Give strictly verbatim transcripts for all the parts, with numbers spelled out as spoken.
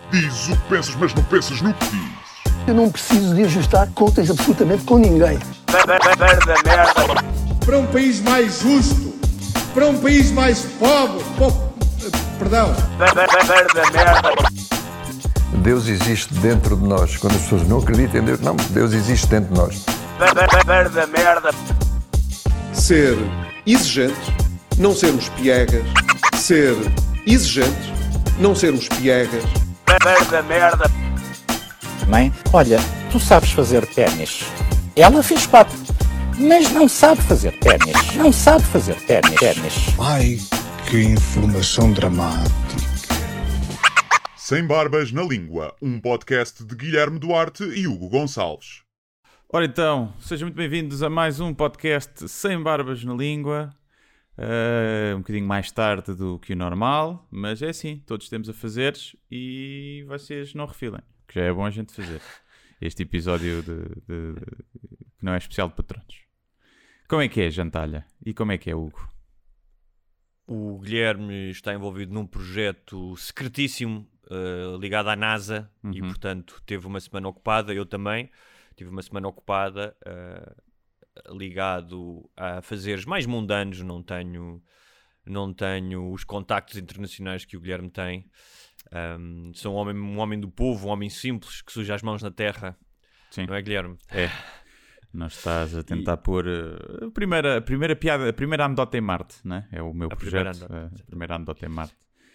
Dizes o que pensas, mas não pensas no que dizes. Eu não preciso de ajustar contas absolutamente com ninguém. Para um país mais justo, para um país mais pobre, po- perdão. Deus existe dentro de nós. Quando as pessoas não acreditam em Deus, não, Deus existe dentro de nós. Ser exigentes, não sermos piegas. Ser exigentes, não sermos piegas. Mãe, olha, tu sabes fazer ténis. Ela fez quatro, mas não sabe fazer ténis. Não sabe fazer ténis. ténis. Ai, que informação dramática. Sem Barbas na Língua, um podcast de Guilherme Duarte e Hugo Gonçalves. Ora então, sejam muito bem-vindos a mais um podcast Sem Barbas na Língua. Uh, um bocadinho mais tarde do que o normal, mas é assim, todos temos a fazeres e vocês não refilem, que já é bom a gente fazer este episódio de, de, de, que não é especial de patronos. Como é que é, Jantalha? E como é que é, Hugo? O Guilherme está envolvido num projeto secretíssimo uh, ligado à NASA uhum. e, portanto, teve uma semana ocupada. Eu também tive uma semana ocupada uh, ligado a fazeres mais mundanos. Não tenho, não tenho os contactos internacionais que o Guilherme tem. Um, sou um homem, um homem do povo, um homem simples que suja as mãos na terra. Sim. Não é, Guilherme? É. Não estás a tentar e... pôr uh, a, primeira, a primeira piada, a primeira anedota em Marte, não é? É o meu a projeto, primeira a primeira anedota em Marte.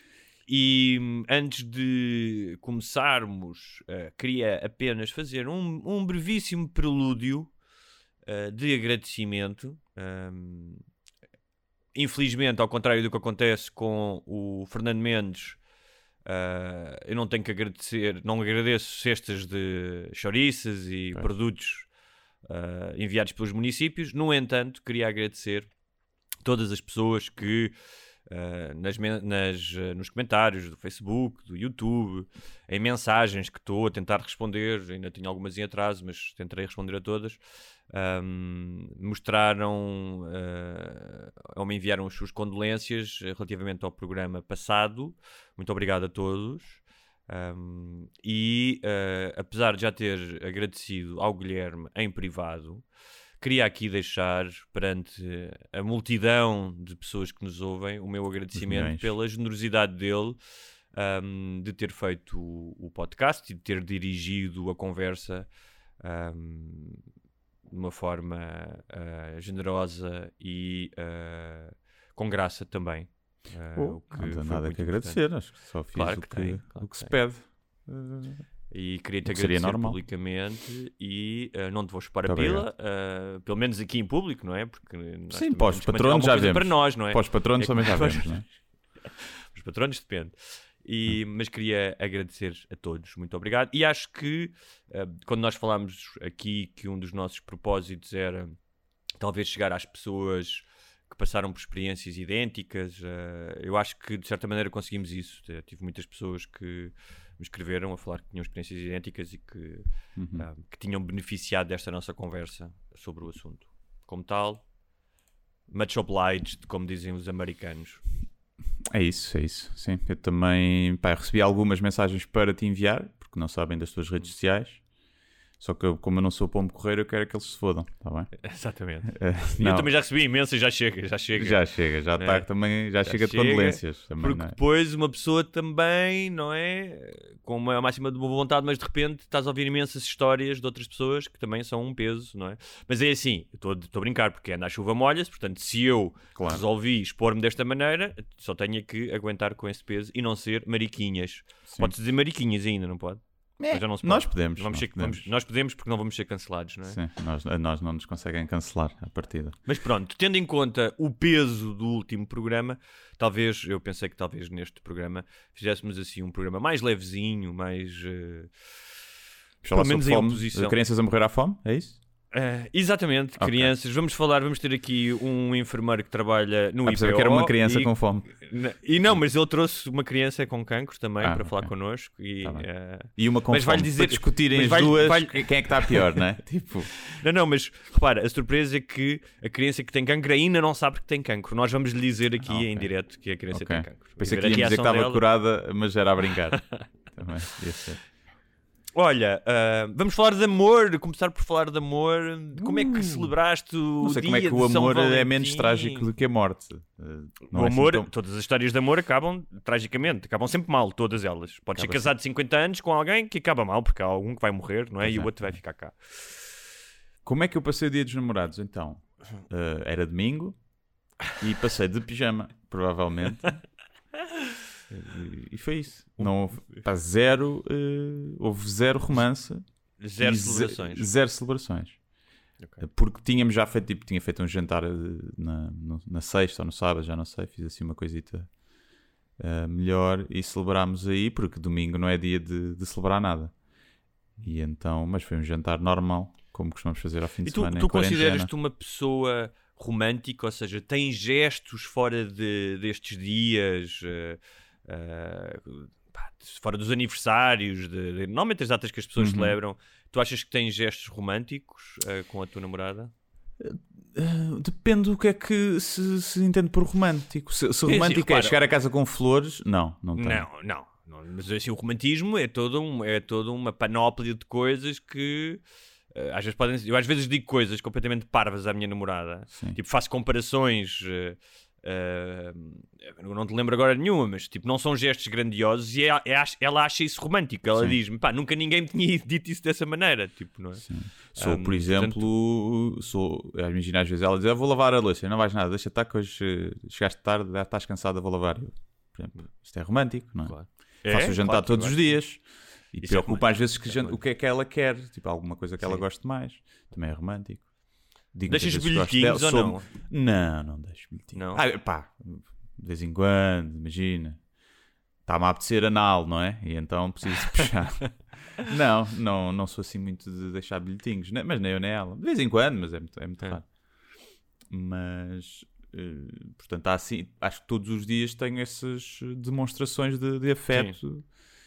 E antes de começarmos, uh, queria apenas fazer um, um brevíssimo prelúdio uh, de agradecimento. Um, infelizmente, ao contrário do que acontece com o Fernando Mendes, uh, eu não tenho que agradecer, não agradeço cestas de chouriças e é. produtos Uh, enviados pelos municípios. No entanto, queria agradecer todas as pessoas que uh, nas, nas, uh, nos comentários do Facebook, do YouTube, em mensagens que estou a tentar responder, ainda tenho algumas em atraso, mas tentarei responder a todas, um, mostraram uh, ou me enviaram as suas condolências relativamente ao programa passado. Muito obrigado a todos. Um, e uh, apesar de já ter agradecido ao Guilherme em privado, queria aqui deixar perante a multidão de pessoas que nos ouvem o meu agradecimento pela generosidade dele um, de ter feito o, o podcast e de ter dirigido a conversa um, de uma forma uh, generosa e uh, com graça também. Uh, oh, o que não tem nada que agradecer, acho que só fiz claro o que, que, tem, claro o que se pede uh, e queria-te agradecer publicamente e uh, não te vou chupar a pila, uh, pelo menos aqui em público, não é? Porque sim, pós patronos já vemos para nós, não é? Pós patronos é também já vemos, não é? Os patronos depende. E, hum. Mas queria agradecer a todos, muito obrigado. E acho que uh, quando nós falámos aqui que um dos nossos propósitos era talvez chegar às pessoas que passaram por experiências idênticas, uh, eu acho que de certa maneira conseguimos isso. Eu tive muitas pessoas que me escreveram a falar que tinham experiências idênticas e que, uhum. uh, que tinham beneficiado desta nossa conversa sobre o assunto. Como tal, much obliged, como dizem os americanos. É isso, é isso. Sim, eu também pá, eu recebi algumas mensagens para te enviar, porque não sabem das tuas redes sociais. Só que eu, como eu não sou pombo correio, eu quero que eles se fodam, está bem? Exatamente. Uh, e eu também já recebi imensas, já chega, já chega. Já chega, já está é. também, já, já chega, chega de condolências. Também, porque não é? Depois uma pessoa também, não é? Com uma máxima de boa vontade, mas de repente estás a ouvir imensas histórias de outras pessoas que também são um peso, não é? Mas é assim, estou a brincar, porque anda a chuva molha-se, portanto, se eu claro. resolvi expor-me desta maneira, só tenho que aguentar com esse peso e não ser mariquinhas. Pode-se dizer mariquinhas ainda, não pode? É, já não se nós podemos, vamos nós ser, podemos. Vamos, nós podemos porque não vamos ser cancelados, não é? Sim, nós, a nós não nos conseguem cancelar a partida. Mas pronto, tendo em conta o peso do último programa, talvez, eu pensei que talvez neste programa fizéssemos assim um programa mais levezinho, mais uh, pelo menos em oposição. Crianças a morrer à fome, é isso? Uh, exatamente, okay. Crianças. Vamos falar, vamos ter aqui um enfermeiro que trabalha no ah, I P O. Que era uma criança e, com fome. E não, mas ele trouxe uma criança com cancro também ah, para okay. falar connosco. E, tá uh, e uma com mas fome, dizer, para discutirem as vai, duas vai... quem é que está pior, não é? Tipo... Não, não, mas repara, a surpresa é que a criança que tem cancro ainda não sabe que tem cancro. Nós vamos lhe dizer aqui ah, okay. em direto que a criança okay. tem cancro. Pensei que ia dizer que estava dela... curada, mas era a brincar. também podia ser. Olha, uh, vamos falar de amor, começar por falar de amor. Como é que celebraste o Não sei dia como é que de o São amor Valentim? é menos trágico do que a morte. Uh, não o é assim amor, tão- todas as histórias de amor acabam tragicamente, acabam sempre mal, todas elas. Podes ser Acaba casado de cinquenta anos com alguém que acaba mal, porque há algum que vai morrer, não é? Pois E é. o outro vai ficar cá. Como é que eu passei o dia dos namorados, então? Uh, era domingo e passei de pijama, provavelmente. E, e foi isso. Não houve, pá, zero, uh, houve zero romance. Zero e celebrações. ze- Zero celebrações. Ok. Porque tínhamos já feito, tipo, tinha feito um jantar uh, na, no- na sexta ou no sábado, já não sei, fiz assim uma coisita uh, melhor e celebrámos aí, porque domingo não é dia de, de celebrar nada. E então, mas foi um jantar normal, como costumamos fazer ao fim de E tu, semana tu em quarentena. consideras-te uma pessoa romântica, ou seja, tens gestos fora de, destes dias, eh, eh, pá, fora dos aniversários, de, de, normalmente as datas que as pessoas Uhum. celebram, tu achas que tens gestos românticos eh, com a tua namorada? Uh, depende do que é que se, se entende por romântico. Se, se Sim, sim, romântico é repara. chegar a casa com flores, não, não tem. Não, não, não. Mas assim, o romantismo é todo um, é toda uma panóplia de coisas que eh, às vezes podem. Eu às vezes digo coisas completamente parvas à minha namorada. Sim. Tipo, faço comparações. eh, eh, eu não te lembro agora nenhuma, mas tipo, não são gestos grandiosos e é- é- ela acha isso romântico. Ela Sim. diz-me, pá, nunca ninguém me tinha dito isso dessa maneira. Tipo, não é? Sim. Sou, Um, por exemplo, sou, imagina às vezes ela diz, eu vou lavar a louça, não vais nada, deixa estar que hoje eh, chegaste tarde, já estás cansada, vou lavar. Eu, por exemplo, isto é romântico, não é? Claro. Faço É, o jantar claro que todos eu os acho. dias e Isso é preocupa às vezes que romântico, jan- o que é que ela quer, tipo alguma coisa que ela Sim. goste mais, também é romântico. Digo Deixas muitas vezes que gosto bilhetinhos dela, ou sou- não? Não, não deixo bilhetinhos. Não? Ah, pá, de vez em quando, imagina. Está-me a apetecer anal, não é? E então preciso de puxar. não, não, não sou assim muito de deixar bilhetinhos, né? Mas nem eu nem ela. De vez em quando, mas é muito, é muito É. raro. Mas, eh, portanto, há assim, acho que todos os dias tenho essas demonstrações de, de afeto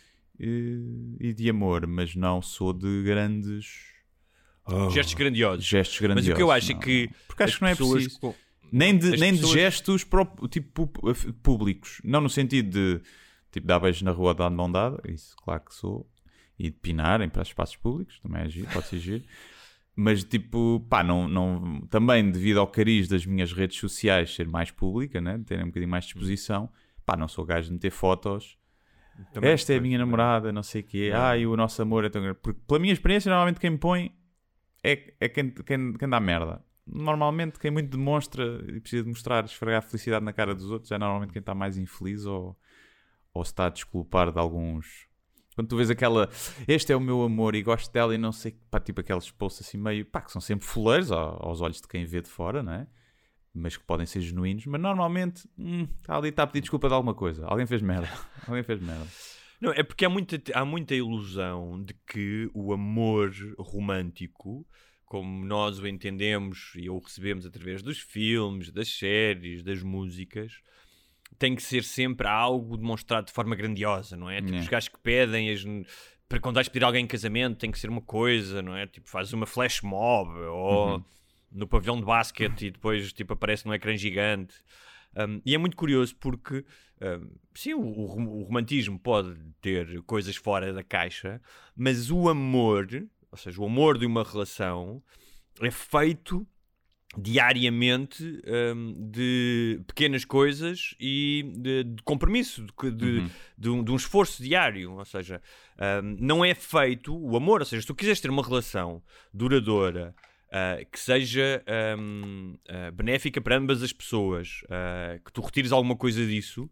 e, e de amor, mas não sou de grandes oh, Gestos grandiosos. gestos Mas grandiosos. o que eu acho não, é que. não. Porque acho as que não é pessoas preciso. com- Nem de, As nem pessoas- de gestos pró- tipo, pu- públicos. Não no sentido de tipo, dar beijos na rua, dar de mão dada. Isso, claro que sou. E de pinarem para os espaços públicos. Também é giro, pode ser giro. Mas tipo, pá, não, não, também devido ao cariz das minhas redes sociais ser mais pública, né? Terem um bocadinho mais de exposição, pá, não sou gajo de meter fotos. Também, Esta é a pois, minha também. namorada, não sei o quê. Não. Ai, o nosso amor é tão grande. Porque pela minha experiência, normalmente quem me põe é, é quem, quem, quem dá merda. Normalmente quem muito demonstra e precisa de mostrar, esfregar felicidade na cara dos outros é normalmente quem está mais infeliz ou, ou se está a desculpar de alguns. Quando tu vês aquela, este é o meu amor e gosto dela e não sei, pá, tipo aqueles posts assim meio, pá, que são sempre fuleiros ao- aos olhos de quem vê de fora, não é? Mas que podem ser genuínos, mas normalmente hum, está ali, está a pedir desculpa de alguma coisa. Alguém fez merda. Alguém fez merda. Não, é porque há muita, há muita ilusão de que o amor romântico, como nós o entendemos e o recebemos através dos filmes, das séries, das músicas, tem que ser sempre algo demonstrado de forma grandiosa, não é? Tipo, Yeah. os gajos que pedem, as, para quando vais pedir alguém em casamento, tem que ser uma coisa, não é? Tipo, fazes uma flash mob ou Uhum. no pavilhão de basquete e depois tipo, aparece num ecrã gigante. Um, e é muito curioso porque, um, sim, o, o- o romantismo pode ter coisas fora da caixa, mas o amor, ou seja, o amor de uma relação, é feito diariamente um, de pequenas coisas e de, de compromisso, de, de, Uhum. de um, de um esforço diário. Ou seja, um, não é feito o amor. Ou seja, se tu quiseres ter uma relação duradoura, Uh, que seja um, uh, benéfica para ambas as pessoas, uh, que tu retires alguma coisa disso,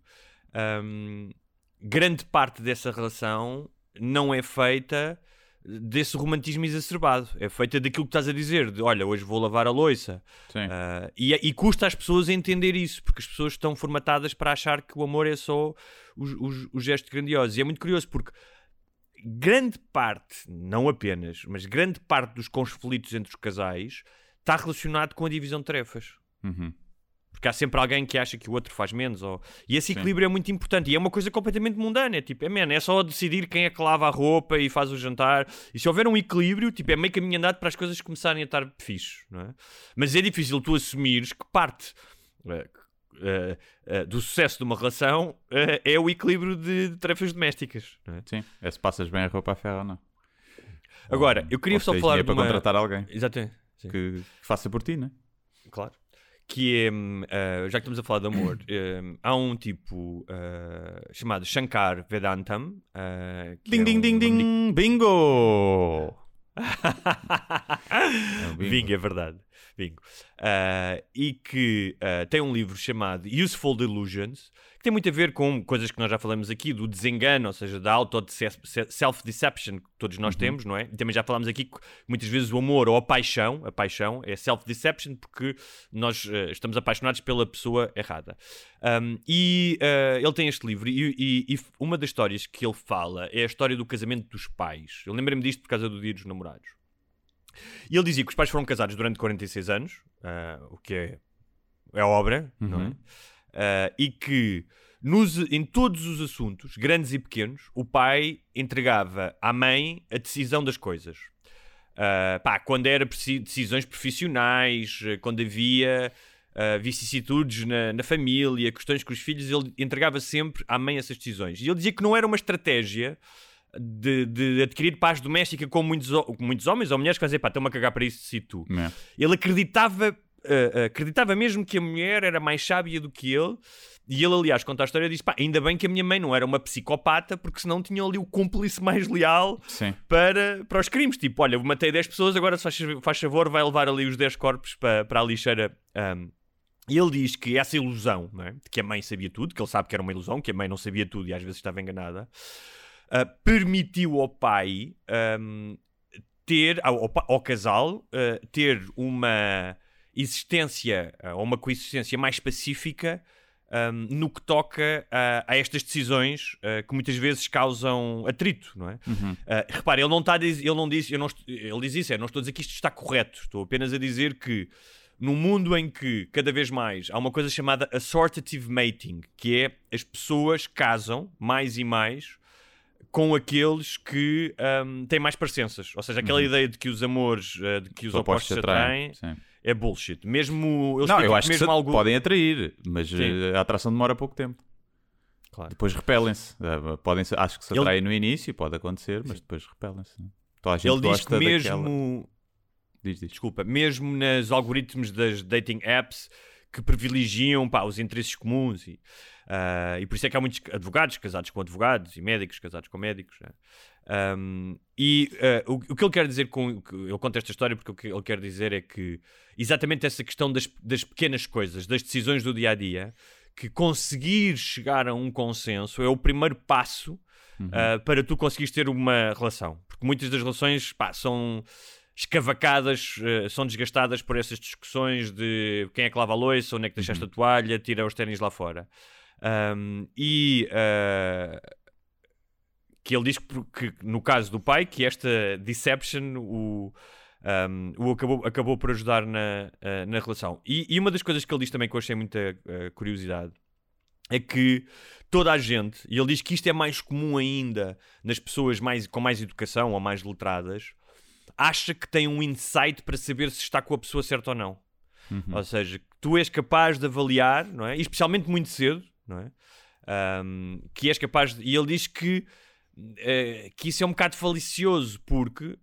um, grande parte dessa relação não é feita desse romantismo exacerbado, é feita daquilo que estás a dizer, de olha, hoje vou lavar a louça. Sim. Uh, e, e custa às pessoas entender isso, porque as pessoas estão formatadas para achar que o amor é só os, os, os gestos grandiosos. E é muito curioso porque grande parte, não apenas, mas grande parte dos conflitos entre os casais está relacionado com a divisão de tarefas. Uhum. Porque há sempre alguém que acha que o outro faz menos. Ou... E esse equilíbrio é muito importante. E é uma coisa completamente mundana. É tipo, é, man, é só decidir quem é que lava a roupa e faz o jantar. E se houver um equilíbrio, tipo, é meio caminho andado para as coisas começarem a estar fixe, não é? Mas é difícil tu assumires que parte... uh, uh, do sucesso de uma relação uh, é o equilíbrio de, de tarefas domésticas. Não é? Sim, é se passas bem a roupa à ferro ou não. Agora, ou, eu queria ou só tens falar de para uma... contratar alguém Exatamente. que, que faça por ti, não é? Claro. Que é, uh, já que estamos a falar de amor, um, há um tipo uh, chamado Shankar Vedantam. Uh, que ding, é ding, um ding, ding, bingo! É bingo! Bingo, é verdade. Bingo. Uh, e que uh, tem um livro chamado Useful Delusions, que tem muito a ver com coisas que nós já falamos aqui, do desengano, ou seja, da auto-self-deception que todos nós uhum. temos, não é? E também já falámos aqui que muitas vezes o amor ou a paixão, a paixão é self-deception porque nós uh, estamos apaixonados pela pessoa errada. Um, e uh, ele tem este livro e, e, e uma das histórias que ele fala é a história do casamento dos pais. Eu lembrei-me disto por causa do Dia dos Namorados. E ele dizia que os pais foram casados durante quarenta e seis anos, uh, o que é, é obra, uhum. não é? Uh, e que nos, em todos os assuntos, grandes e pequenos, o pai entregava à mãe a decisão das coisas. Uh, pá, quando era decisões profissionais, quando havia uh, vicissitudes na, na família, questões com os filhos, ele entregava sempre à mãe essas decisões. E ele dizia que não era uma estratégia De, de adquirir paz doméstica como muitos, muitos homens ou mulheres que fazem, pá, estão-me a cagar para isso se tu. É. Ele acreditava, uh, acreditava mesmo que a mulher era mais sábia do que ele, e ele, aliás, conta a história e diz, pá, ainda bem que a minha mãe não era uma psicopata, porque senão tinha ali o cúmplice mais leal para, para os crimes. Tipo, olha, eu matei dez pessoas, agora se faz, faz favor, vai levar ali os dez corpos para, para a lixeira. Um, E ele diz que essa ilusão, não é? De que a mãe sabia tudo, que ele sabe que era uma ilusão, que a mãe não sabia tudo e às vezes estava enganada, Uh, permitiu ao pai um, ter, ao, ao casal, uh, ter uma existência uh, ou uma coexistência mais pacífica um, no que toca uh, a estas decisões uh, que muitas vezes causam atrito, não é? Uhum. Uh, repare, ele não, está a dizer, ele não diz, eu não, ele diz isso, é, não estou a dizer que isto está correto, estou apenas a dizer que num mundo em que, cada vez mais, há uma coisa chamada assortative mating, que é as pessoas casam mais e mais com aqueles que um, têm mais parecenças. Ou seja, aquela uhum. ideia de que os amores, uh, de que os, os opostos se atraem, atraem é bullshit. Mesmo, eu não, eu acho mesmo que algo... podem atrair, mas Sim. a atração demora pouco tempo. Claro. Depois repelem-se. Podem -se, acho que se atraem Ele... no início, pode acontecer, mas Sim. depois repelem-se. Então, a gente Ele diz que mesmo... daquela... diz, diz. Desculpa, mesmo nos algoritmos das dating apps que privilegiam, pá, os interesses comuns e, uh, e por isso é que há muitos advogados casados com advogados e médicos casados com médicos, né? um, e uh, o, o que ele quer dizer com... eu conto esta história porque o que ele quer dizer é que exatamente essa questão das, das pequenas coisas, das decisões do dia-a-dia, que conseguir chegar a um consenso é o primeiro passo uhum. uh, para tu conseguires ter uma relação, porque muitas das relações, pá, são escavacadas, uh, são desgastadas por essas discussões de quem é que lava a louça, onde é que deixaste uhum. a toalha, tira os ténis lá fora. Um, e uh, que ele diz que, que no caso do pai, que esta deception o, um, o acabou, acabou por ajudar na, uh, na relação. E, e uma das coisas que ele diz também que eu achei muita uh, curiosidade é que toda a gente, e ele diz que isto é mais comum ainda nas pessoas mais, com mais educação ou mais letradas, acha que tem um insight para saber se está com a pessoa certa ou não. Uhum. Ou seja, que tu és capaz de avaliar, não é? E especialmente muito cedo, não é? Um, que és capaz de... E ele diz que, uh, que isso é um bocado falicioso, porque...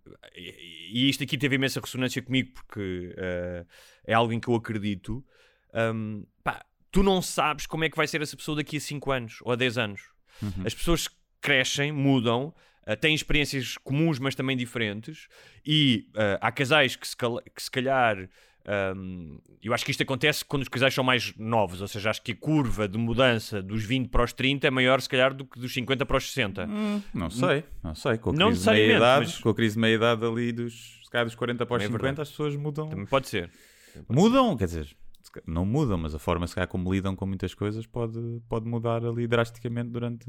E isto aqui teve imensa ressonância comigo, porque uh, é algo em que eu acredito. Um, pá, tu não sabes como é que vai ser essa pessoa daqui a cinco anos ou a dez anos. Uhum. As pessoas crescem, mudam... Uh, têm experiências comuns, mas também diferentes, e uh, há casais que se, cal- que se calhar, um, eu acho que isto acontece quando os casais são mais novos, ou seja, acho que a curva de mudança dos vinte para os trinta é maior, se calhar, do que dos cinquenta para os sessenta. Hum, não sei, não sei. Com a não crise de meia-idade, mas... com a crise de meia-idade ali dos, se calhar, dos quarenta para os cinquenta, verdade. As pessoas mudam. Também pode ser. Também pode mudam, ser. Quer dizer, não mudam, mas a forma, se calhar, como lidam com muitas coisas pode, pode mudar ali drasticamente durante,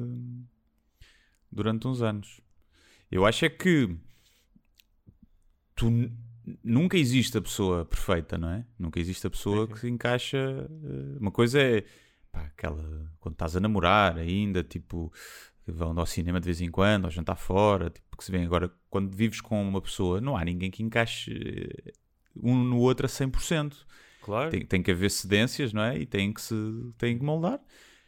durante uns anos. Eu acho é que tu n- nunca existe a pessoa perfeita, não é? Nunca existe a pessoa que se encaixa. Uh, uma coisa é pá, aquela quando estás a namorar ainda, tipo, que vão ao cinema de vez em quando, ao jantar fora, tipo, que se vê. Agora, quando vives com uma pessoa, não há ninguém que encaixe um no outro a cem por cento. Claro. Tem, tem que haver cedências, não é? E tem que se tem que moldar.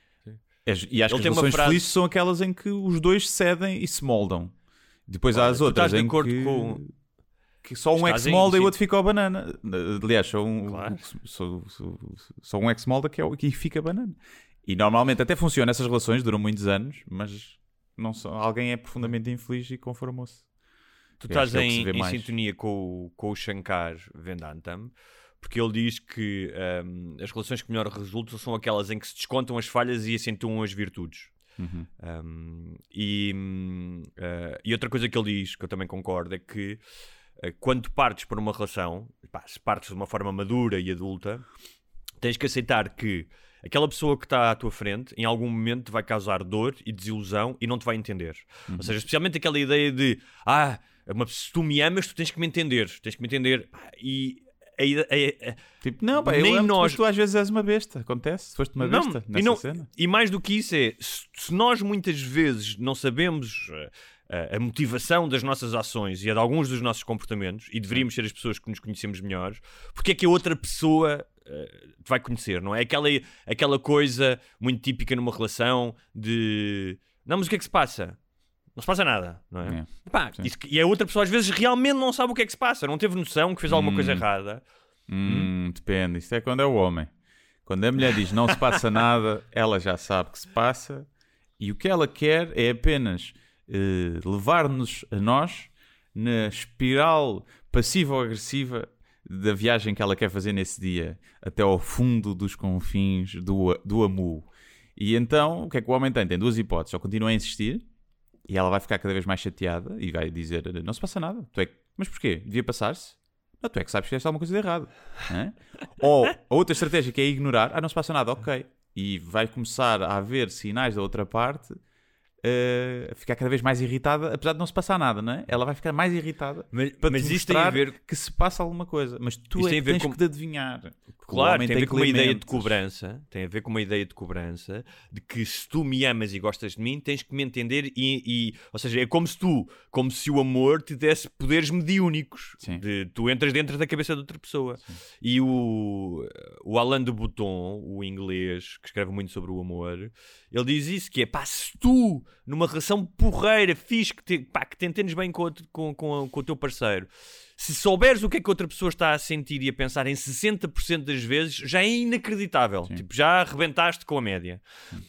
As, e acho Ele que as tem uma relações frase- felizes são aquelas em que os dois cedem e se moldam. Depois há Olha, as tu outras estás de em acordo que, com- que só um é que Estás se em- molda e o sim. outro fica ao banana. Aliás, só um, Claro. só, só, só um é que se molda que é o que fica banana. E normalmente até funciona, essas relações duram muitos anos, mas não são, alguém é profundamente infeliz e conformou-se. Tu Eu estás acho que é o que se em, vê em mais. sintonia com, o- com o Shankar Vedantam, porque ele diz que um, as relações que melhor resultam são aquelas em que se descontam as falhas e acentuam as virtudes. Uhum. Um, e, hum, uh, e outra coisa que ele diz, que eu também concordo, é que uh, quando partes para uma relação, pá, se partes de uma forma madura e adulta, tens que aceitar que aquela pessoa que está à tua frente em algum momento te vai causar dor e desilusão e não te vai entender. Uhum. Ou seja, especialmente aquela ideia de ah, uma, se tu me amas, tu tens que me entender, tens que me entender. Pá, e a, a, a, Tipo, não, pá, eu Nem lembro nós- que tu às vezes és uma besta. Acontece, foste uma Não, besta e nessa não- cena. E mais do que isso é, se, se nós muitas vezes não sabemos uh, uh, a motivação das nossas ações e a de alguns dos nossos comportamentos, e deveríamos ser as pessoas que nos conhecemos melhores, porque é que a outra pessoa uh, te vai conhecer, não é? Aquela, aquela coisa muito típica numa relação de... Não, mas o que é que se passa? Não se passa nada, não é? É, Pá, sim. isso que- e a outra pessoa às vezes realmente não sabe o que é que se passa, não teve noção que fez alguma Hum. coisa errada. Hum, depende, isto é quando é o homem. Quando a mulher diz não se passa nada, ela já sabe que se passa, e o que ela quer é apenas eh, levar-nos a nós na espiral passivo-agressiva da viagem que ela quer fazer nesse dia, até ao fundo dos confins do, do Amu. E então, o que é que o homem tem? Tem duas hipóteses: ou continua a insistir, e ela vai ficar cada vez mais chateada, e vai dizer, não se passa nada. Tu é que... Mas porquê? Devia passar-se? Não, tu é que sabes que fizeste alguma coisa de errado. Não é? Ou a outra estratégia que é ignorar, ah, não se passa nada, ok. E vai começar a haver sinais da outra parte uh, a ficar cada vez mais irritada, apesar de não se passar nada, não é? Ela vai ficar mais irritada Mas, para mas te isso tem a mostrar ver... que se passa alguma coisa. Mas tu Isso é tem que a ver tens com- que te adivinhar. O Claro, homem tem a ver com uma ideia de clementes. cobrança. Tem a ver com uma ideia de cobrança de que se tu me amas e gostas de mim, tens que me entender e, e- ou seja, é como se tu, como se o amor te desse poderes mediúnicos. Sim. De, tu entras dentro da cabeça de outra pessoa. E o, o Alain de Botton, o inglês, que escreve muito sobre o amor, ele diz isso, que é, pá, se tu, numa relação porreira, fixe, que te, pá, que te entendes bem com, outro- com, com, com o teu parceiro, se souberes o que é que outra pessoa está a sentir e a pensar em sessenta por cento das vezes, já é inacreditável. Sim. Tipo, já arrebentaste com a média.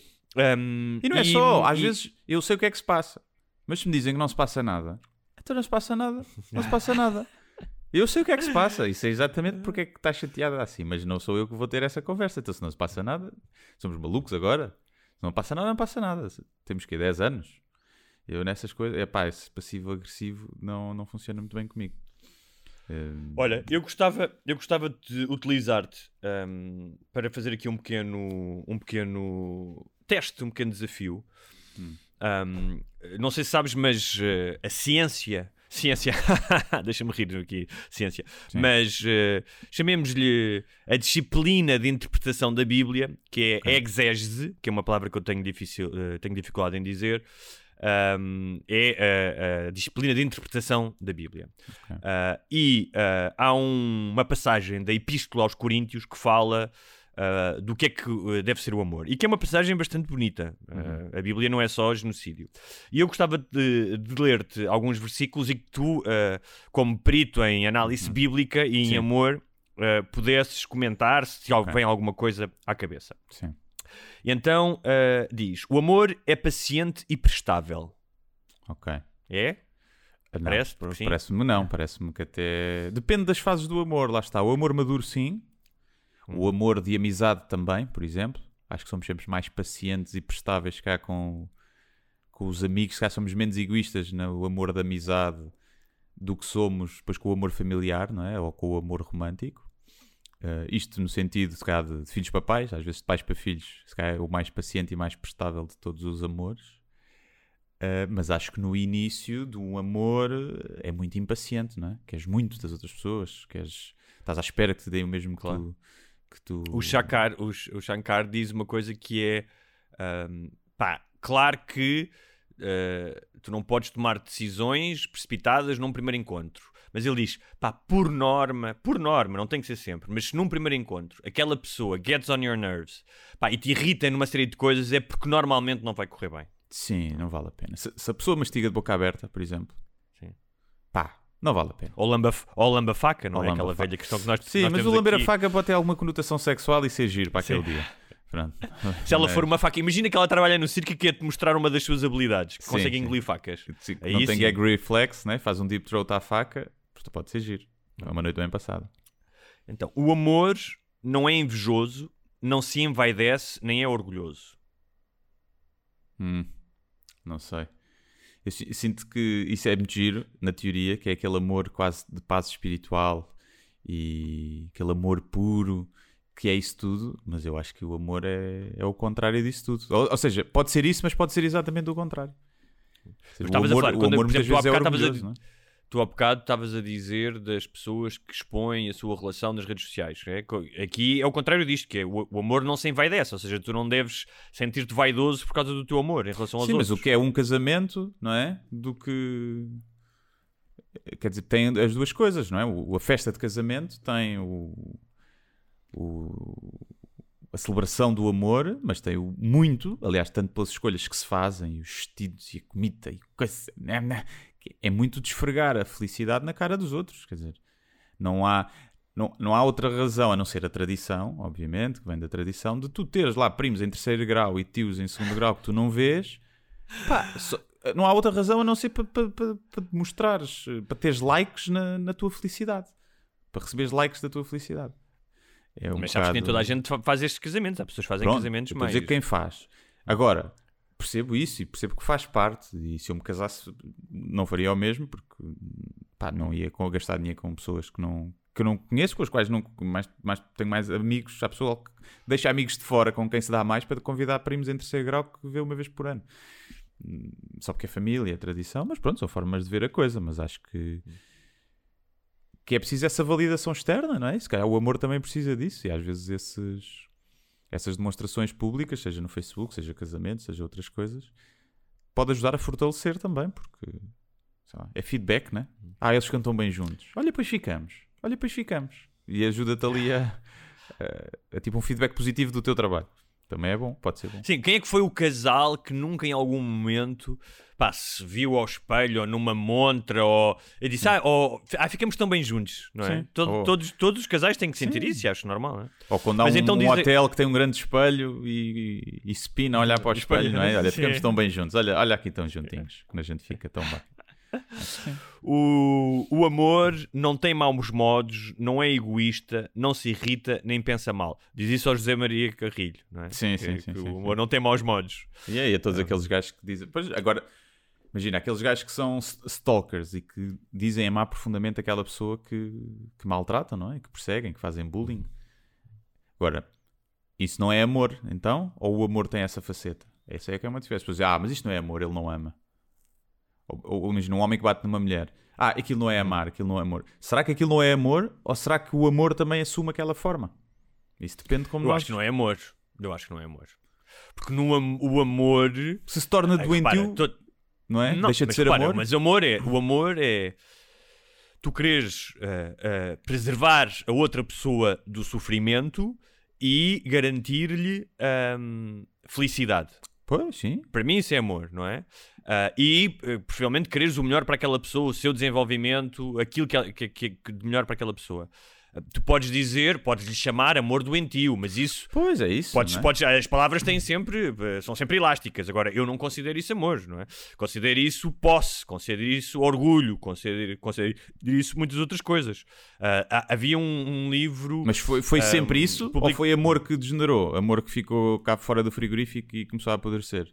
Um, E não é só, às e- vezes eu sei o que é que se passa, mas se me dizem que não se passa nada, então não se passa nada, não se passa nada. Eu sei o que é que se passa, e sei exatamente porque é que estás chateada assim, mas não sou eu que vou ter essa conversa. Então se não se passa nada, somos malucos agora. Se não passa nada, não passa nada. Temos que dez anos. Eu nessas coisas, é pá, esse passivo-agressivo não, não funciona muito bem comigo. Um, Olha, eu gostava, eu gostava de utilizar-te um, para fazer aqui um pequeno, um pequeno teste, um pequeno desafio. Hum. Um, não sei se sabes, mas uh, a ciência, ciência, deixa-me rir aqui, ciência, Sim. mas uh, chamemos-lhe a disciplina de interpretação da Bíblia, que é Ok. exégese, que é uma palavra que eu tenho, difícil, uh, tenho dificuldade em dizer. Um, é a, a disciplina de interpretação da Bíblia. Ok. Uh, e uh, há um- uma passagem da Epístola aos Coríntios que fala uh, do que é que uh, deve ser o amor, e que é uma passagem bastante bonita. Uh, Uhum. a Bíblia não é só genocídio. E eu gostava de, de ler-te alguns versículos e que tu, uh, como perito em análise bíblica e em Sim. amor, uh, pudesses comentar se te Ok. vem alguma coisa à cabeça. Sim. E então uh, diz: o amor é paciente e prestável. Ok. É? Não, Parece-te par- que sim? Parece-me não, parece-me que até... Depende das fases do amor, lá está. O amor maduro sim, Hum. o amor de amizade também, por exemplo. Acho que somos sempre mais pacientes e prestáveis cá com, com os amigos, cá somos menos egoístas no amor de amizade do que somos depois com o amor familiar, não é? Ou com o amor romântico. Uh, isto no sentido, se calhar, de, de filhos para pais, às vezes de pais para filhos, se calhar é o mais paciente e mais prestável de todos os amores. Uh, mas acho que no início de um amor uh, é muito impaciente, não é? Queres muito das outras pessoas, queres... estás à espera que te deem o mesmo que, Claro. tu, que tu... O Shankar, o, Sh- o Shankar diz uma coisa que é ahm, pá, claro que ah, tu não podes tomar decisões precipitadas num primeiro encontro, Mas ele diz, pá, por norma, por norma, não tem que ser sempre, mas se num primeiro encontro aquela pessoa gets on your nerves, pá, e te irrita numa série de coisas, é porque normalmente não vai correr bem. Sim, não vale a pena. Se, se a pessoa mastiga de boca aberta, por exemplo, Sim. pá, não vale a pena. Ou lamba, ou lamba faca, não Ou é? lamba Aquela faca. velha questão que nós Sim, nós mas o temos lamber aqui. a faca pode ter alguma conotação sexual e ser giro para aquele Sim. dia. Pronto. Se ela Mas- for uma faca, imagina que ela trabalha no circo e quer-te mostrar uma das suas habilidades, que Sim, consegue sim. engolir facas. Sim, Aí não tem sim. gag reflex, né? Faz um deep throat à faca, portanto pode ser giro. É uma noite bem passada. Então, o amor não é invejoso, não se envaidece, nem é orgulhoso. Hum, não sei. Eu si- sinto que isso é muito giro, na teoria, que é aquele amor quase de paz espiritual e aquele amor puro, que é isso tudo, mas eu acho que o amor é, é o contrário disso tudo. Ou, ou seja, pode ser isso, mas pode ser exatamente o contrário. Ou seja, o estavas a amor, falar, o quando, amor por muitas exemplo, tu há vezes é bocado estavas a orgulhoso, não é? Tu há bocado estavas a dizer das pessoas que expõem a sua relação nas redes sociais. É? Aqui é o contrário disto, que é o, o amor não se envaidece, ou seja, tu não deves sentir-te vaidoso por causa do teu amor em relação aos Sim, outros. mas o que é um casamento, não é? Do que... Quer dizer, tem as duas coisas, não é? O, a festa de casamento tem o... o a celebração do amor, mas tem o muito, aliás, tanto pelas escolhas que se fazem, e os vestidos e a comida e coisa, né, né, que é muito de esfregar a felicidade na cara dos outros, quer dizer, não há, não, não há outra razão a não ser a tradição, obviamente, que vem da tradição, de tu teres lá primos em terceiro grau e tios em segundo grau que tu não vês, pá, só, não há outra razão a não ser para pa, pa, pa mostrares, para teres likes na, na tua felicidade, para receberes likes da tua felicidade. É um mas sabes que nem bocado- toda a gente fa- faz estes casamentos. Há pessoas que fazem Pronto, casamentos eu estou a mais. dizer quem faz. Agora, percebo isso e percebo que faz parte. E se eu me casasse, não faria o mesmo, porque pá, não ia com- gastar dinheiro com pessoas que, não, que eu não conheço, com as quais não, mais, mais, tenho mais amigos. Há pessoa que deixa amigos de fora com quem se dá mais para convidar primos em terceiro grau que vê uma vez por ano. Só porque é família, é tradição, mas pronto, são formas de ver a coisa. Mas acho que. que é preciso essa validação externa, não é? Se calhar o amor também precisa disso, e às vezes esses, essas demonstrações públicas, seja no Facebook, seja casamento, seja outras coisas, pode ajudar a fortalecer também, porque sei lá, é feedback, não é? Ah, eles cantam bem juntos. Olha, depois ficamos. Olha, depois ficamos. E ajuda-te ali a, a, a tipo um feedback positivo do teu trabalho. Também é bom, pode ser bom. Sim, quem é que foi o casal que nunca em algum momento pá, se viu ao espelho ou numa montra ou eu disse, ah, ou, ah, ficamos tão bem juntos, não é? Sim. Todo, Ou- todos, todos os casais têm que sentir Sim. isso, e acho normal, não é? Ou quando há Mas um, então um dizer- hotel que tem um grande espelho e, e, e se pina a olhar para o espelho, não é? Olha, ficamos Sim. tão bem juntos. Olha, olha aqui tão juntinhos, quando a gente fica tão bem. O, o amor não tem maus modos, não é egoísta, não se irrita, nem pensa mal. Diz isso ao José Maria Carrilho, não é? Sim, Que- sim, que sim, o sim, amor sim. não tem maus modos. E aí, a todos aqueles gajos que dizem. Pois, agora, imagina, aqueles gajos que são st- stalkers e que dizem amar profundamente aquela pessoa que, que maltratam, não é? Que perseguem, que fazem bullying. Agora, isso não é amor, então? Ou o amor tem essa faceta? Essa é que é uma diferença. As pessoas dizem, ah, mas isto não é amor, ele não ama. Ou, ou, ou imagina, um homem que bate numa mulher. Ah, aquilo não é amar, aquilo não é amor. Será que aquilo não é amor? Ou será que o amor também assume aquela forma? Isso depende de como Eu nós... acho que não é amor. Eu acho que não é amor. Porque no am- o amor... Se se torna Ai, doentio, repara, to- não é? Não, Deixa de mas ser repara, amor. Mas amor é, o amor é tu quereres uh, uh, preservar a outra pessoa do sofrimento e garantir-lhe um, felicidade. Pois, sim. Para mim isso é amor, não é? Uh, e, uh, possivelmente, quereres o melhor para aquela pessoa, o seu desenvolvimento, aquilo que, que, que, que de melhor para aquela pessoa. Uh, tu podes dizer, podes-lhe chamar amor doentio, mas isso... Pois, é isso. Podes, não é? podes, as palavras têm sempre, uh, são sempre elásticas. Agora, eu não considero isso amor, não é? Considero isso posse, considero isso orgulho, considero, considero isso muitas outras coisas. Uh, há- havia um, um livro... Mas foi, foi um, sempre isso? Ou public- foi amor que degenerou? Amor que ficou cá fora do frigorífico e começou a apodrecer?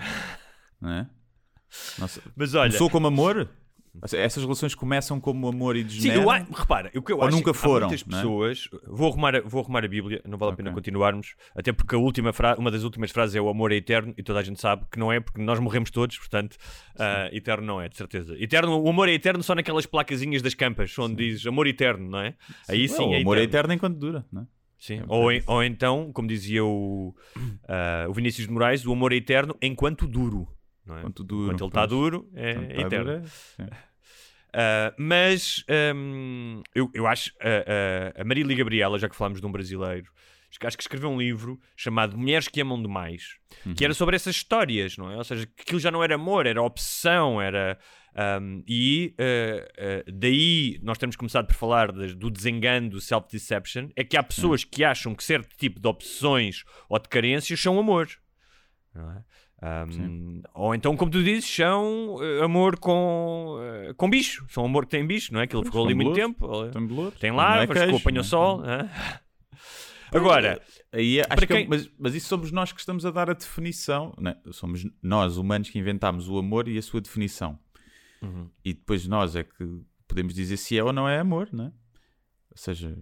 Não é? Nossa. Mas olha... Começou como amor? Essas relações começam como amor e Sim, degeneram? eu, a- repara, o que eu Ou acho nunca é que foram, há muitas não é? pessoas... Vou, arrumar a, vou arrumar a Bíblia, não vale a pena Ok. continuarmos, até porque a última fra... uma das últimas frases é o amor é eterno, e toda a gente sabe que não é, porque nós morremos todos, portanto, uh, eterno não é, de certeza. Eterno, o amor é eterno só naquelas placazinhas das campas, onde diz amor eterno, não é? Aí sim, Não, é o amor é eterno. eterno enquanto dura, não é? Sim. É um Ou, bocado en- isso. ou então, como dizia o, uh, o Vinícius de Moraes, o amor é eterno enquanto duro. Não é? Enquanto duro. Enquanto ele está pois. duro, é Enquanto tá eterno. duro, é- sim. Uh, mas um, eu, eu acho uh, uh, a Marília Gabriela, já que falámos de um brasileiro, acho que escreveu um livro chamado Mulheres que Amam Demais, uhum. que era sobre essas histórias, não é? Ou seja, que aquilo já não era amor, era obsessão, era... Um, e uh, uh, daí nós temos começado por falar de, do desengano, do self-deception, é que há pessoas uhum. que acham que certo tipo de obsessões ou de carências são amor, não é? Um, ou então, como tu dizes, são uh, amor com, uh, com bicho, são amor que tem bicho, não é? Que ele ficou ali muito tempo, tem, tem larvas, é apanha o sol, não é? Agora, aí, acho quem... que, mas, mas isso somos nós que estamos a dar a definição, né? Somos nós, humanos, que inventámos o amor e a sua definição. Uhum. E depois nós é que podemos dizer se é ou não é amor, né? Ou seja,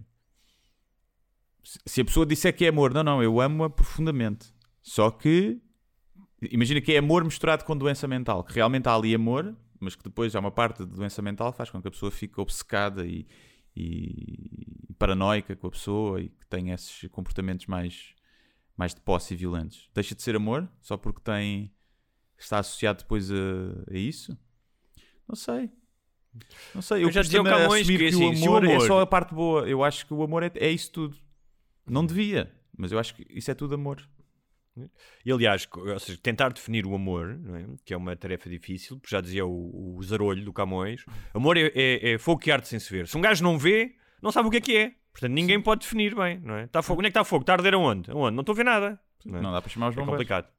se a pessoa disser que é amor, não, não, eu amo-a profundamente. Só que, imagina que é amor misturado com doença mental, que realmente há ali amor, mas que depois há uma parte de doença mental que faz com que a pessoa fique obcecada e... e paranoica com a pessoa e que tem esses comportamentos mais, mais de posse e violentos. Deixa de ser amor só porque tem, está associado depois a, a isso? Não sei. Não sei. Eu, eu já dizia o Camões que, que assim, o, amor o amor é só a parte boa. Eu acho que o amor é, é isso tudo. Não devia, mas eu acho que isso é tudo amor. E aliás, ou seja, tentar definir o amor, não é? Que é uma tarefa difícil, porque já dizia o, o Zarolho do Camões, amor é, é, é fogo que arde sem se ver. Se um gajo não vê, não sabe o que é que é. Portanto, ninguém Sim. pode definir bem, não é? Tá fogo. Onde é que está fogo? Está a arder aonde? Aonde? Não estou a ver nada. Não, é? Não dá para chamar os bombeiros. É complicado.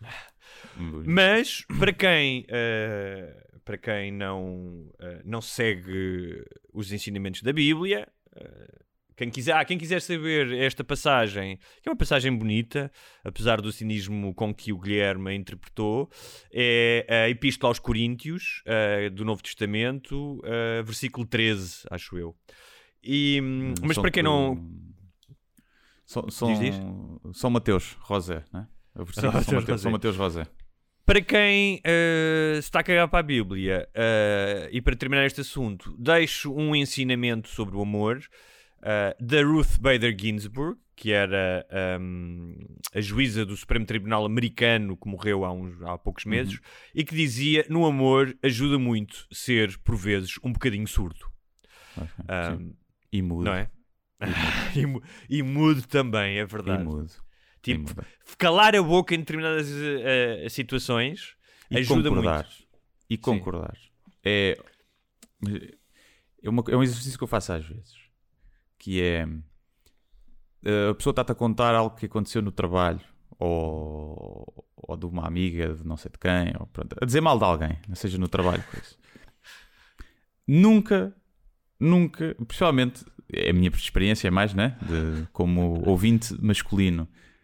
Mas, para quem, uh, para quem não, uh, não segue os ensinamentos da Bíblia... Uh, Quem quiser, ah, quem quiser saber esta passagem, que é uma passagem bonita, apesar do cinismo com que o Guilherme a interpretou, é a Epístola aos Coríntios, uh, do Novo Testamento, uh, versículo treze, acho eu. E, mas São para quem não... São, são, diz, diz? São Mateus Rosé, não é? O versículo ah, São, Mateus, São Mateus Rosé. Para quem uh, se está a cagar para a Bíblia, uh, e para terminar este assunto, deixo um ensinamento sobre o amor... Uh, da Ruth Bader Ginsburg, que era um, a juíza do Supremo Tribunal americano que morreu há, uns, há poucos meses, uhum. e que dizia, no amor ajuda muito ser, por vezes, um bocadinho surdo. Okay. Um, e mudo. Não é? E mudo. e mudo também, é verdade. E mudo. Tipo, e mudo. calar a boca em determinadas uh, situações e ajuda concordar. muito. E concordar. É, é, uma, é um exercício que eu faço às vezes. Que é, a pessoa está-te a contar algo que aconteceu no trabalho, ou, ou de uma amiga de não sei de quem, ou pronto, a dizer mal de alguém, seja no trabalho. Coisa. Nunca, nunca, principalmente, é a minha experiência mais, né, de, como ouvinte masculino,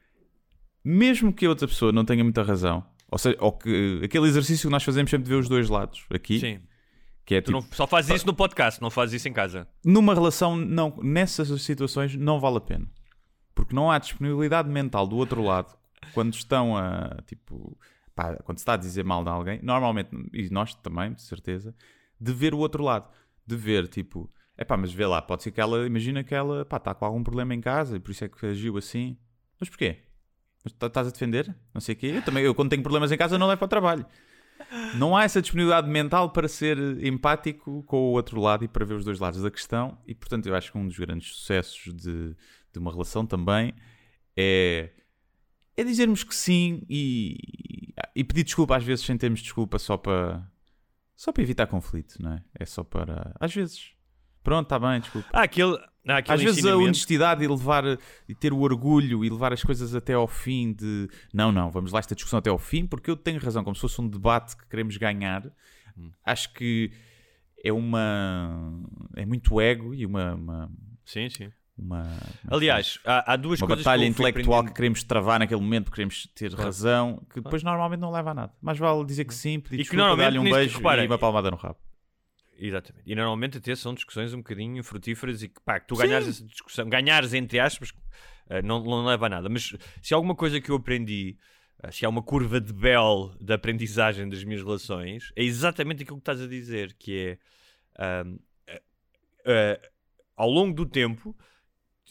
mesmo que a outra pessoa não tenha muita razão, ou seja, ou que aquele exercício que nós fazemos sempre de ver os dois lados, aqui... Sim. Que é, tu tipo, não, só fazes isso no podcast, não fazes isso em casa. Numa relação, não, nessas situações não vale a pena. Porque não há disponibilidade mental do outro lado quando estão a, tipo, pá, quando se está a dizer mal de alguém, normalmente, e nós também, de certeza, de ver o outro lado. De ver, tipo, é pá, mas vê lá, pode ser que ela, imagina que ela, pá, está com algum problema em casa e por isso é que agiu assim. Mas porquê? Mas estás a defender? Não sei o quê. Eu também, eu quando tenho problemas em casa não levo para o trabalho. Não há essa disponibilidade mental para ser empático com o outro lado e para ver os dois lados da questão. E, portanto, eu acho que um dos grandes sucessos de, de uma relação também é, é dizermos que sim e, e pedir desculpa, às vezes, sem termos desculpa, só para, só para evitar conflito, não é? É só para... Às vezes... Pronto, está bem, desculpa. Ah, aquele, ah, aquele Às vezes a honestidade e levar e ter o orgulho e levar as coisas até ao fim de... Não, não, vamos lá esta discussão até ao fim porque eu tenho razão, como se fosse um debate que queremos ganhar. Hum. Acho que é uma... É muito ego e uma... uma... Sim, sim. Uma, Aliás, há, há duas uma coisas batalha que intelectual que queremos travar naquele momento, porque queremos ter claro. razão, que depois claro. normalmente não leva a nada. Mas vale dizer que sim, pedir desculpa, dar-lhe um beijo repara, e uma palmada no rabo. Exatamente. E normalmente até são discussões um bocadinho frutíferas e que, pá, que tu ganhares essa discussão, ganhares entre aspas, não, não leva a nada. Mas se há alguma coisa que eu aprendi, se há uma curva de Bell da aprendizagem das minhas relações, é exatamente aquilo que estás a dizer, que é um, uh, uh, ao longo do tempo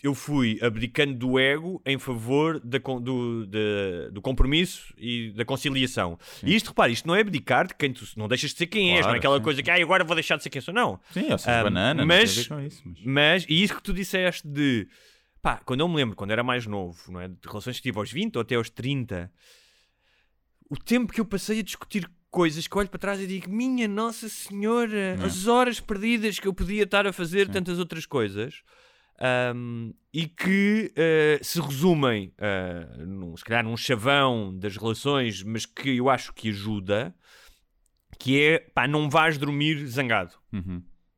eu fui abdicando do ego em favor da, do, da, do compromisso e da conciliação. Sim. E isto, repara, isto não é abdicar de quem tu não deixas de ser quem claro, és, não é aquela sim. coisa que ah, agora vou deixar de ser quem sou, não. Sim, ou seja, um, banana, mas, não tem a ver com isso. Mas... mas, e isso que tu disseste de, pá, quando eu me lembro, quando era mais novo, não é, de relações que tive aos vinte ou até aos trinta, o tempo que eu passei a discutir coisas que olho para trás e digo, minha Nossa Senhora, não. as horas perdidas que eu podia estar a fazer sim. tantas outras coisas. Um, e que uh, se resumem uh, num, se calhar num chavão das relações, mas que eu acho que ajuda, que é, pá, não vais dormir zangado. Uhum.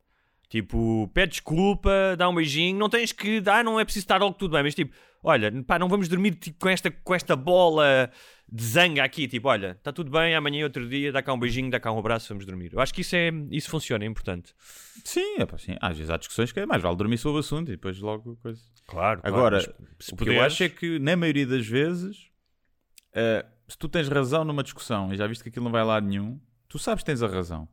Tipo, pede desculpa, dá um beijinho, não tens que dar, não é preciso estar logo tudo bem, mas tipo, olha, pá, não vamos dormir tipo, com, esta, com esta bola de zanga aqui, tipo, olha, está tudo bem, amanhã é outro dia, dá cá um beijinho, dá cá um abraço, vamos dormir. Eu acho que isso, é, isso funciona, é importante. Sim, é, pá, sim, às vezes há discussões que é mais vale dormir sobre o assunto e depois logo coisa. Claro, agora, claro, se o puderes... que eu acho é que na maioria das vezes, uh, se tu tens razão numa discussão e já viste que aquilo não vai a lado nenhum, tu sabes que tens a razão.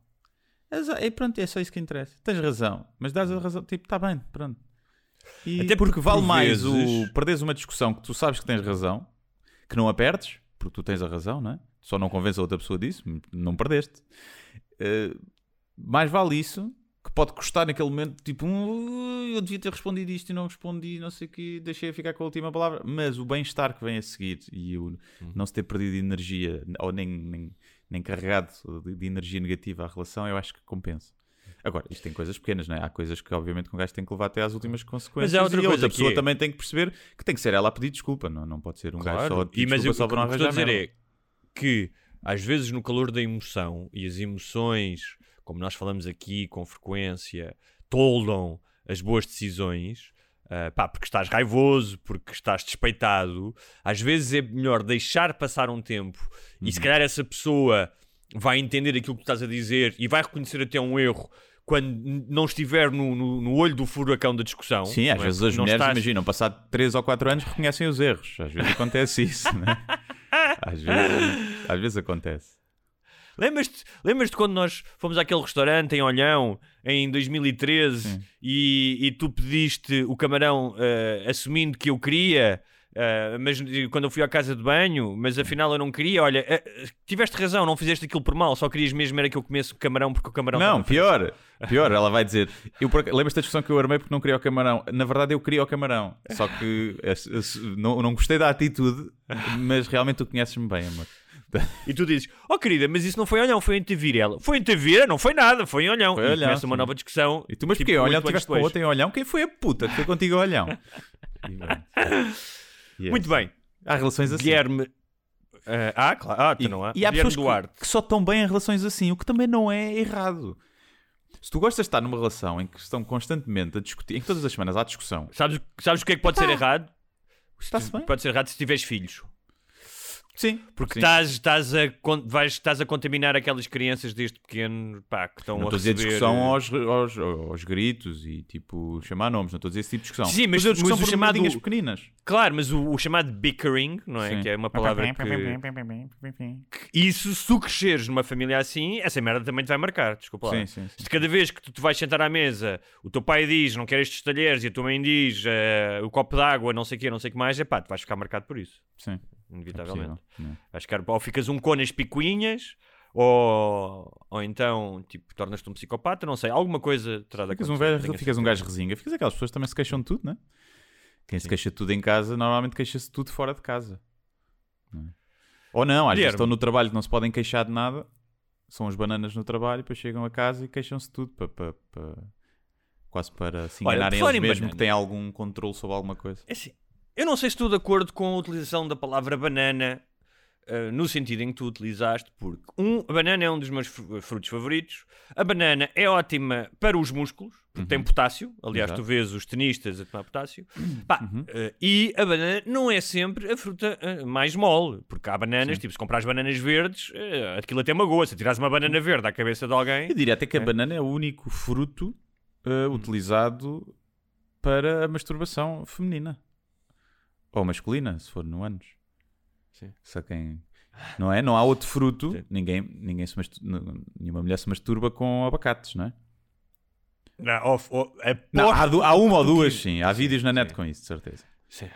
E pronto, é só isso que interessa. Tens razão, mas dás a razão, tipo, está bem, pronto. E até porque, porque vale por mais vezes... o perderes uma discussão que tu sabes que tens razão, que não a perdes, porque tu tens a razão, não é? Só não convence a outra pessoa disso, não perdeste. Uh, mais vale isso, que pode custar naquele momento, tipo, um, eu devia ter respondido isto e não respondi, não sei o que, deixei a ficar com a última palavra, mas o bem-estar que vem a seguir e o uhum. não se ter perdido energia, ou nem, nem, nem carregado de, de energia negativa à relação, eu acho que compensa. Agora, isto tem coisas pequenas, não é? Há coisas que obviamente que um gajo tem que levar até às últimas consequências. Mas é outra e a coisa outra pessoa é... também tem que perceber que tem que ser ela a pedir desculpa, não, não pode ser um claro. gajo só a pedir e, mas desculpa eu, só para não arranjar. O que estou a dizer é que às vezes no calor da emoção, e as emoções, como nós falamos aqui com frequência, toldam as boas decisões, uh, pá, porque estás raivoso, porque estás despeitado, às vezes é melhor deixar passar um tempo uhum. e se calhar essa pessoa vai entender aquilo que tu estás a dizer e vai reconhecer até um erro quando não estiver no, no, no olho do furacão da discussão. Sim, às é? vezes as mulheres, estás... imaginam, passado três ou quatro anos reconhecem os erros. Às vezes acontece isso, né? às, vezes, às vezes acontece. Lembras-te, lembras-te quando nós fomos àquele restaurante em Olhão em dois mil e treze e, e tu pediste o camarão uh, assumindo que eu queria, uh, mas quando eu fui à casa de banho, mas afinal eu não queria. Olha, uh, tiveste razão, não fizeste aquilo por mal, só querias mesmo era que eu comesse o camarão porque o camarão... Não, pior, pior, ela vai dizer, eu, lembras-te da discussão que eu armei porque não queria o camarão? Na verdade eu queria o camarão, só que uh, não, não gostei da atitude, mas realmente tu conheces-me bem, amor. E tu dizes, oh querida, mas isso não foi em Olhão, foi em Tavira. Foi em Tavira? Não foi nada, foi em Olhão. Foi e Olhão, começa uma nova discussão. E tu, mas tipo, porquê? Olhão, tiveste para outra em Olhão? Quem foi a puta que foi contigo a Olhão? Yes. Muito bem. Há relações assim. Guilherme... Uh, ah, claro. Ah, e, não há. E há Guilherme pessoas Duarte. que, que só estão bem em relações assim, o que também não é errado. Se tu gostas de estar numa relação em que estão constantemente a discutir, em que todas as semanas há discussão... Sabes, sabes o que é que pode ah, ser errado? Está-se bem. Pode ser errado se tiveres filhos. Sim, porque sim. Estás, estás, a, vais, estás a contaminar aquelas crianças desde pequeno, pá, que estão não a receber... Não estou a dizer discussão aos, aos, aos gritos e, tipo, chamar nomes. Não estou a dizer esse tipo de discussão. Sim, mas, mas, mas o chamado... pequeninas. Claro, mas o, o chamado bickering, não é? Sim. Que é uma palavra que... que... Isso, se tu cresceres numa família assim, essa merda também te vai marcar, desculpa lá. Sim, sim, sim. Se cada vez que tu te vais sentar à mesa, o teu pai diz, não quer estes talheres, e a tua mãe diz, uh, o copo d'água, não sei o quê, não sei o que mais, é pá, tu vais ficar marcado por isso. Sim. Inevitavelmente. É vais ficar, ou ficas um conas picuinhhas, ou, ou então, tipo, tornas-te um psicopata, não sei, alguma coisa terá de acontecer. Ficas um, velho, ficas um gajo resinga, ficas aquelas pessoas que também se queixam de tudo, não é? Quem Sim. se queixa de tudo em casa, normalmente queixa-se de tudo fora de casa. Não é? Ou não, às Guilherme. vezes estão no trabalho que não se podem queixar de nada, são as bananas no trabalho, depois chegam a casa e queixam-se de tudo, para, para, para, quase para se enganarem Olha, eles mesmos banana. que têm algum controle sobre alguma coisa. É assim, eu não sei se estou de acordo com a utilização da palavra banana uh, no sentido em que tu utilizaste, porque um, a banana é um dos meus frutos favoritos, a banana é ótima para os músculos, porque uhum. tem potássio, aliás Exato. tu vês os tenistas a tomar potássio, Pá, uhum. uh, e a banana não é sempre a fruta uh, mais mole, porque há bananas, Sim. tipo se comprares bananas verdes, uh, aquilo até magoa, se tirares uma banana verde à cabeça de alguém... Eu diria até que a é. banana é o único fruto uh, utilizado para a masturbação feminina. Ou masculina, se for no ânus. Sim. Só quem... Não é? Não há outro fruto. Ninguém, ninguém se masturba, nenhuma mulher se masturba com abacates, não é? Não, of, of, Não, há, du- há uma ou duas, sim. Há sim, vídeos na net sim. com isso, de certeza. Sim.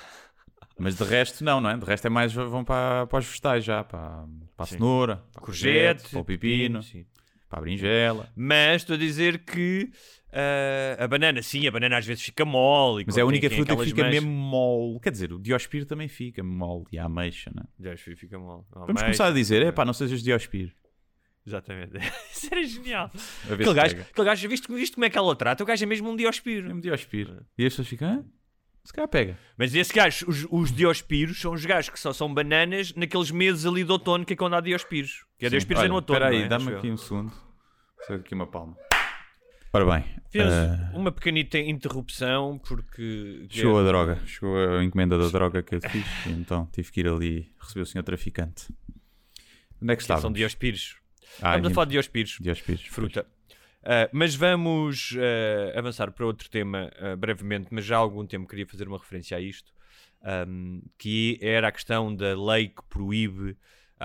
Mas de resto, não, não é? De resto é mais vão para, para os vegetais já. Para, para a Sim. cenoura, para a Courgette, courgette, para o pepino, sim. para a berinjela. Mas estou a dizer que uh, a banana, sim, a banana às vezes fica mole. Mas é a tem- única tem fruta que aquelas fica manchas. mesmo mole. Quer dizer, o diospiro também fica mole e a ameixa, não é? Diospiro fica mole. A Vamos ameixa, começar a dizer, é pá, não sejas diospiro. Exatamente. Isso era genial. A ver Aquele se gajo, pega. aquele gajo viste, viste como é que ela o trata? O gajo é mesmo um diospiro. Mesmo diospiro. E as pessoas ficam, ah, se calhar pega. Mas esse gajo, os, os diospiros, são os gajos que só são bananas naqueles meses ali de outono que é quando há diospiros. Que é diospiros é no outono. Espera aí, não é? dá-me Acho aqui eu. um segundo. Só aqui uma palma. Ora bem, Fez eh, uma pequenita interrupção porque... chegou a droga. Chegou a encomenda da droga que eu te fiz. E então tive que ir ali receber o senhor traficante. Onde é que que estava? são diospiros. Ah, Estamos a em- falar de diospiros. Diospiros. Fruta. Uh, mas vamos uh, avançar para outro tema uh, brevemente, mas já há algum tempo queria fazer uma referência a isto, um, que era a questão da lei que proíbe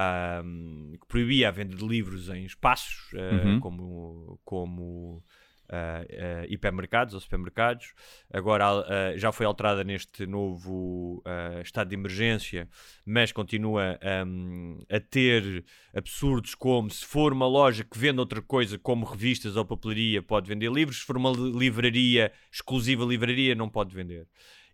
um, que proibia a venda de livros em espaços uh, Uhum. como, como uh, uh, hipermercados ou supermercados. Agora uh, já foi alterada neste novo uh, estado de emergência, mas continua um, a ter absurdos como se for uma loja que vende outra coisa como revistas ou papelaria pode vender livros, se for uma li- livraria, exclusiva livraria, não pode vender.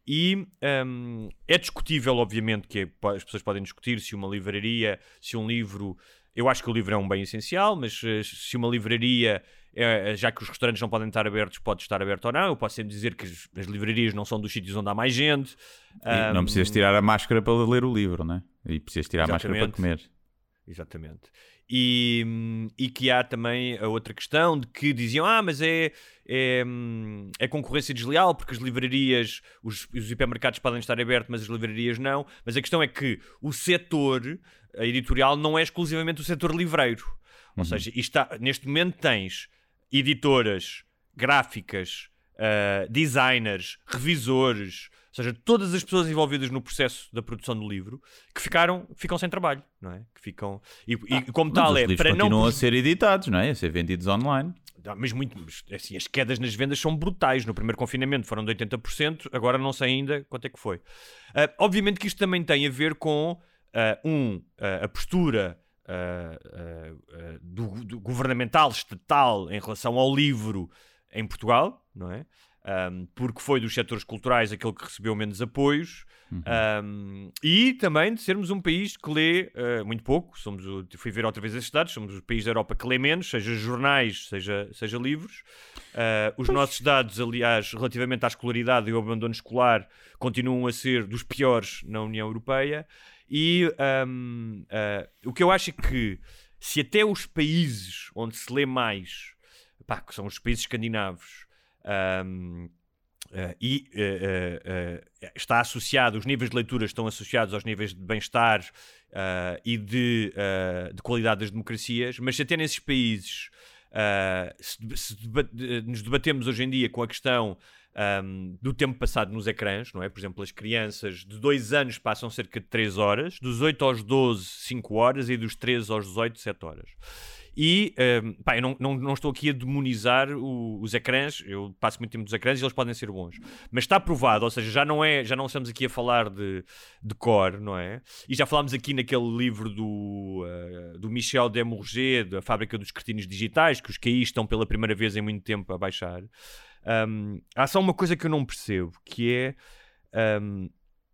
E um, é discutível, obviamente, que é- as pessoas podem discutir se uma livraria, se um livro... Eu acho que o livro é um bem essencial, mas eh, se uma livraria, eh, já que os restaurantes não podem estar abertos, pode estar aberto ou não. Eu posso sempre dizer que as, as livrarias não são dos sítios onde há mais gente. E não Um, precisas tirar a máscara para ler o livro, não é? E precisas tirar a máscara para Exatamente. comer. Exatamente. E, hum, e que há também a outra questão de que diziam, ah, mas é, é, hum, é concorrência desleal porque as livrarias, os, os hipermercados podem estar abertos, mas as livrarias não. Mas a questão é que o setor a editorial não é exclusivamente o setor livreiro. Ou seja, isto está, neste momento tens editoras, gráficas, uh, designers, revisores, ou seja, todas as pessoas envolvidas no processo da produção do livro que ficaram, ficam sem trabalho, não é? Que ficam, e, e como Mas tal os é livros para não... continuam a ser editados, não é? A ser vendidos online. Dá, mas muito, mas, assim, as quedas nas vendas são brutais. No primeiro confinamento foram de oitenta por cento, agora não sei ainda quanto é que foi. Uh, obviamente que isto também tem a ver com, uh, um, uh, a postura uh, uh, uh, do, do governamental, estatal, em relação ao livro em Portugal, não é? Um, porque foi dos setores culturais aquele que recebeu menos apoios. Uhum. Um, e também de sermos um país que lê uh, muito pouco. Somos o, fui ver outra vez esses dados, somos o país da Europa que lê menos, seja jornais, seja, seja livros. Uh, os nossos dados, aliás, relativamente à escolaridade e ao abandono escolar, continuam a ser dos piores na União Europeia. E um, uh, o que eu acho é que se até os países onde se lê mais, pá, que são os países escandinavos, um, Uh, e uh, uh, uh, está associado, os níveis de leitura estão associados aos níveis de bem-estar uh, e de, uh, de qualidade das democracias, mas se até nesses países uh, se, se deba nos debatemos hoje em dia com a questão um, do tempo passado nos ecrãs, não é? Por exemplo, as crianças de dois anos passam cerca de três horas, dos oito aos doze, cinco horas, e dos treze aos dezoito, sete horas. E, um, pá, eu não, não, não estou aqui a demonizar o, os ecrãs, eu passo muito tempo nos ecrãs e eles podem ser bons. Mas está provado, ou seja, já não, é, já não estamos aqui a falar de, de cor, não é? E já falámos aqui naquele livro do, uh, do Michel Desmourget, da Fábrica dos Cretinos Digitais, que os Q I estão pela primeira vez em muito tempo a baixar. Um, há só uma coisa que eu não percebo, que é... Um,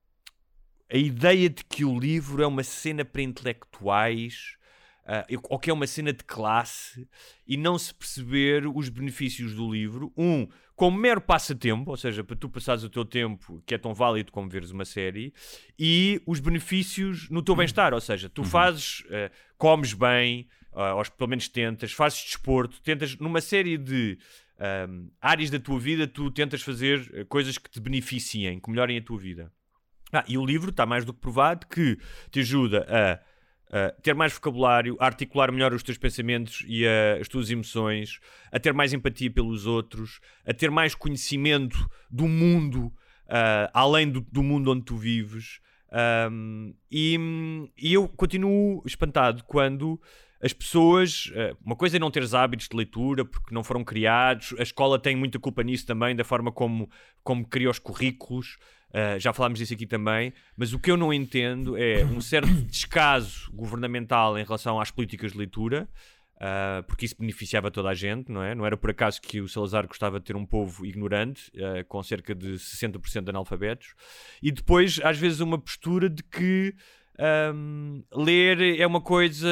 a ideia de que o livro é uma cena para intelectuais... Uh, ou que é uma cena de classe e não se perceber os benefícios do livro, um, como mero passatempo, ou seja, para tu passares o teu tempo, que é tão válido como veres uma série, e os benefícios no teu bem-estar, ou seja, tu fazes, uh, comes bem, uh, ou pelo menos tentas, fazes desporto, tentas, numa série de um, áreas da tua vida, tu tentas fazer coisas que te beneficiem, que melhorem a tua vida. Ah, e o livro está mais do que provado que te ajuda a Uh, ter mais vocabulário, a articular melhor os teus pensamentos e uh, as tuas emoções, a ter mais empatia pelos outros, a ter mais conhecimento do mundo, uh, além do, do mundo onde tu vives. Um, e, e eu continuo espantado quando as pessoas, uh, uma coisa é não teres hábitos de leitura porque não foram criados, a escola tem muita culpa nisso também, da forma como, como cria os currículos, uh, já falámos disso aqui também, mas o que eu não entendo é um certo descaso governamental em relação às políticas de leitura, uh, porque isso beneficiava toda a gente, não é? Não era por acaso que o Salazar gostava de ter um povo ignorante, uh, com cerca de sessenta por cento de analfabetos, e depois às vezes uma postura de que Um, ler é uma coisa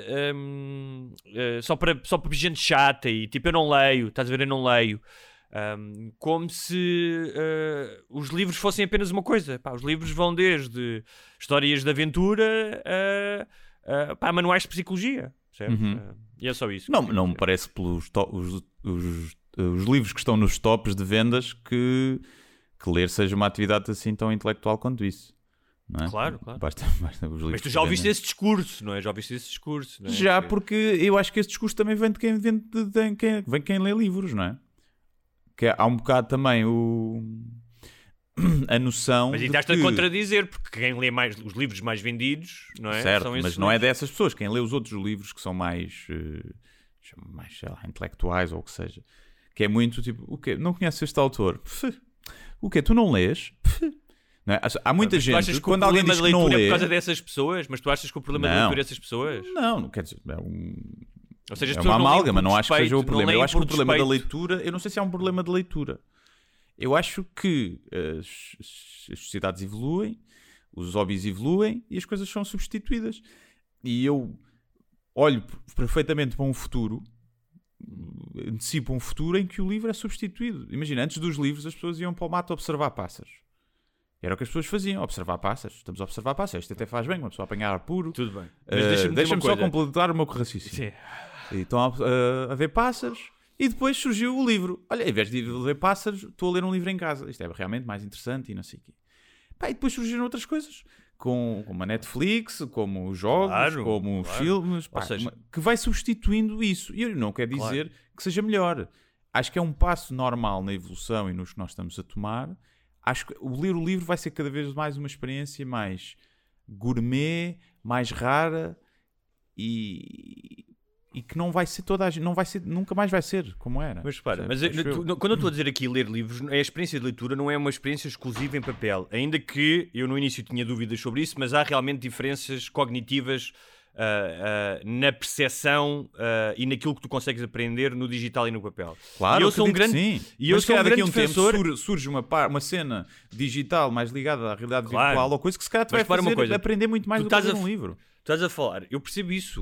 um, uh, só, para, só para gente chata e tipo eu não leio, estás a ver, eu não leio um, como se uh, os livros fossem apenas uma coisa. Pá, os livros vão desde histórias de aventura a, a pá, manuais de psicologia, uhum. uh, e é só isso. Não, não me parece pelos to- os, os, os livros que estão nos tops de vendas que, que ler seja uma atividade assim tão intelectual quanto isso. Não é? Claro, claro. Basta, basta os Mas tu já ouviste esse discurso, não é? Já ouviste esse discurso, não é? Já, porque eu acho que esse discurso também vem de quem, vem de, de quem, vem quem lê livros, não é? Que há um bocado também o... a noção. Mas de estás-te que... a contradizer, porque quem lê mais, os livros mais vendidos, não é? Certo, são mas esses não é livros. dessas pessoas. Quem lê os outros livros que são mais, uh, mais sei lá, intelectuais ou o que seja, que é muito tipo, o quê? Não conheces este autor? Pff, o quê? Tu não lês? Pff. Não é? Há muita mas gente que quando alguém diz de que não leitura lê... é por causa dessas pessoas? Mas tu achas que o problema não. da leitura é essas pessoas? Não, não quer dizer... É, um... Ou seja, as é pessoas uma não leem amálgama, por não acho que seja o despeito, problema. não Eu leem acho que o por problema da despeito. leitura... Eu não sei se há um problema de leitura. Eu acho que as, as sociedades evoluem, os hobbies evoluem e as coisas são substituídas. E eu olho perfeitamente para um futuro, antecipo um futuro em que o livro é substituído. Imagina, antes dos livros as pessoas iam para o mato observar pássaros. Era o que as pessoas faziam, observar pássaros. Estamos a observar pássaros. Isto até faz bem, uma pessoa apanhar ar puro. Tudo bem. Mas uh, deixa-me, deixa-me só completar o meu raciocínio. Sim. E estão a, uh, a ver pássaros e depois surgiu o livro. Olha, em vez de ler pássaros, estou a ler um livro em casa. Isto é realmente mais interessante e não sei o quê. Pá, e depois surgiram outras coisas. Com, como a Netflix, como os jogos, claro, como os claro. filmes. Pá, seja... uma, que vai substituindo isso. E eu não quero dizer claro. que seja melhor. Acho que é um passo normal na evolução e nos que nós estamos a tomar. Acho que o ler o livro vai ser cada vez mais uma experiência mais gourmet, mais rara e, e que não vai ser toda a gente, não vai ser, nunca mais vai ser como era. Mas repara, mas eu, tu, quando eu estou a dizer aqui ler livros, a experiência de leitura não é uma experiência exclusiva em papel, ainda que eu no início tinha dúvidas sobre isso, mas há realmente diferenças cognitivas Uh, uh, na percepção uh, e naquilo que tu consegues aprender no digital e no papel. Claro, e eu sou um grande, sim. E eu mas sou um grande um defensor... tempo surge uma, par, uma cena digital mais ligada à realidade claro. virtual ou coisa que se calhar te vai fazer uma coisa, aprender muito mais do que ler um livro. Tu estás a falar, eu percebo isso,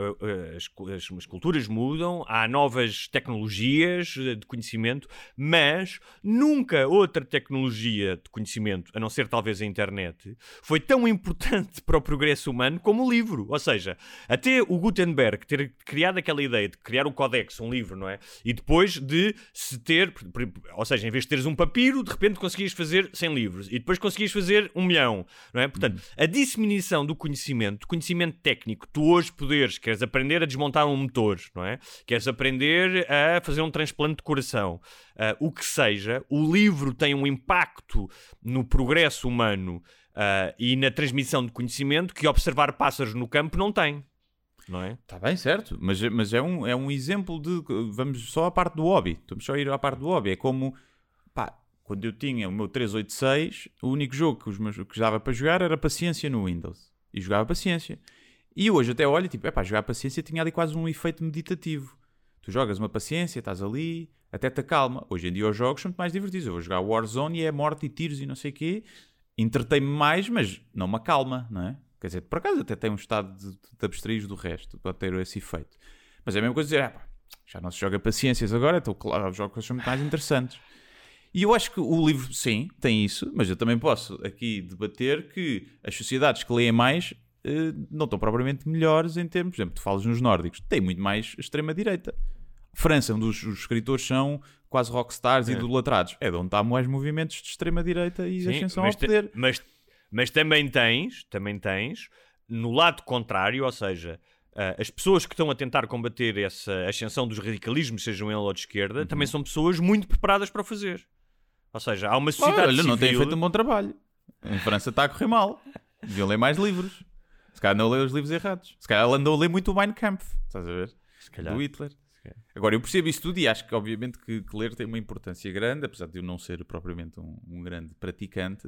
as, as, as culturas mudam, há novas tecnologias de conhecimento, mas nunca outra tecnologia de conhecimento, a não ser talvez a internet, foi tão importante para o progresso humano como o livro. Ou seja, até o Gutenberg ter criado aquela ideia de criar o Codex, um livro, não é? E depois de se ter, ou seja, em vez de teres um papiro, de repente conseguias fazer cem livros e depois conseguias fazer um milhão, não é? Portanto, a disseminação do conhecimento, conhecimento técnico, tu hoje poderes, queres aprender a desmontar um motor, não é? Queres aprender a fazer um transplante de coração, uh, o que seja, o livro tem um impacto no progresso humano uh, e na transmissão de conhecimento que observar pássaros no campo não tem. Não é? Está bem, certo, mas, mas é, um, é um exemplo de... Vamos só à parte do hobby, vamos só ir à parte do hobby, é como... Pá, quando eu tinha o meu trezentos e oitenta e seis, o único jogo que, os meus, que dava para jogar era Paciência no Windows. E jogava Paciência. E hoje até olho, tipo, é pá, jogar Paciência tinha ali quase um efeito meditativo. Tu jogas uma Paciência, estás ali, até te acalma. Hoje em dia os jogos são muito mais divertidos. Eu vou jogar Warzone e é morte e tiros e não sei o quê. Entretém-me mais, mas não me acalma, não é? Quer dizer, por acaso até tem um estado de, de abstrair do resto, para ter esse efeito. Mas é a mesma coisa dizer, é pá, já não se joga Paciências agora, então claro, os jogos são muito mais interessantes. E eu acho que o livro, sim, tem isso, mas eu também posso aqui debater que as sociedades que leem mais eh, não estão propriamente melhores em termos, por exemplo, tu falas nos nórdicos, tem muito mais extrema-direita. França, onde os, os escritores são quase rockstars e é. idolatrados, é de onde há mais movimentos de extrema-direita e sim, ascensão ao poder. Te, mas, mas também tens, também tens, no lado contrário, ou seja... Uh, as pessoas que estão a tentar combater essa ascensão dos radicalismos, sejam ele ou de esquerda, uhum. também são pessoas muito preparadas para o fazer. Ou seja, há uma sociedade Olha, civil... não têm feito um bom trabalho. Em França está a correr mal. Deviam ler mais livros. Se calhar não lê os livros errados. Se calhar ela andou a ler muito o Mein Kampf, estás a ver? Se calhar. Do Hitler. Agora, eu percebo isso tudo e acho que, obviamente, que, que ler tem uma importância grande, apesar de eu não ser propriamente um, um grande praticante,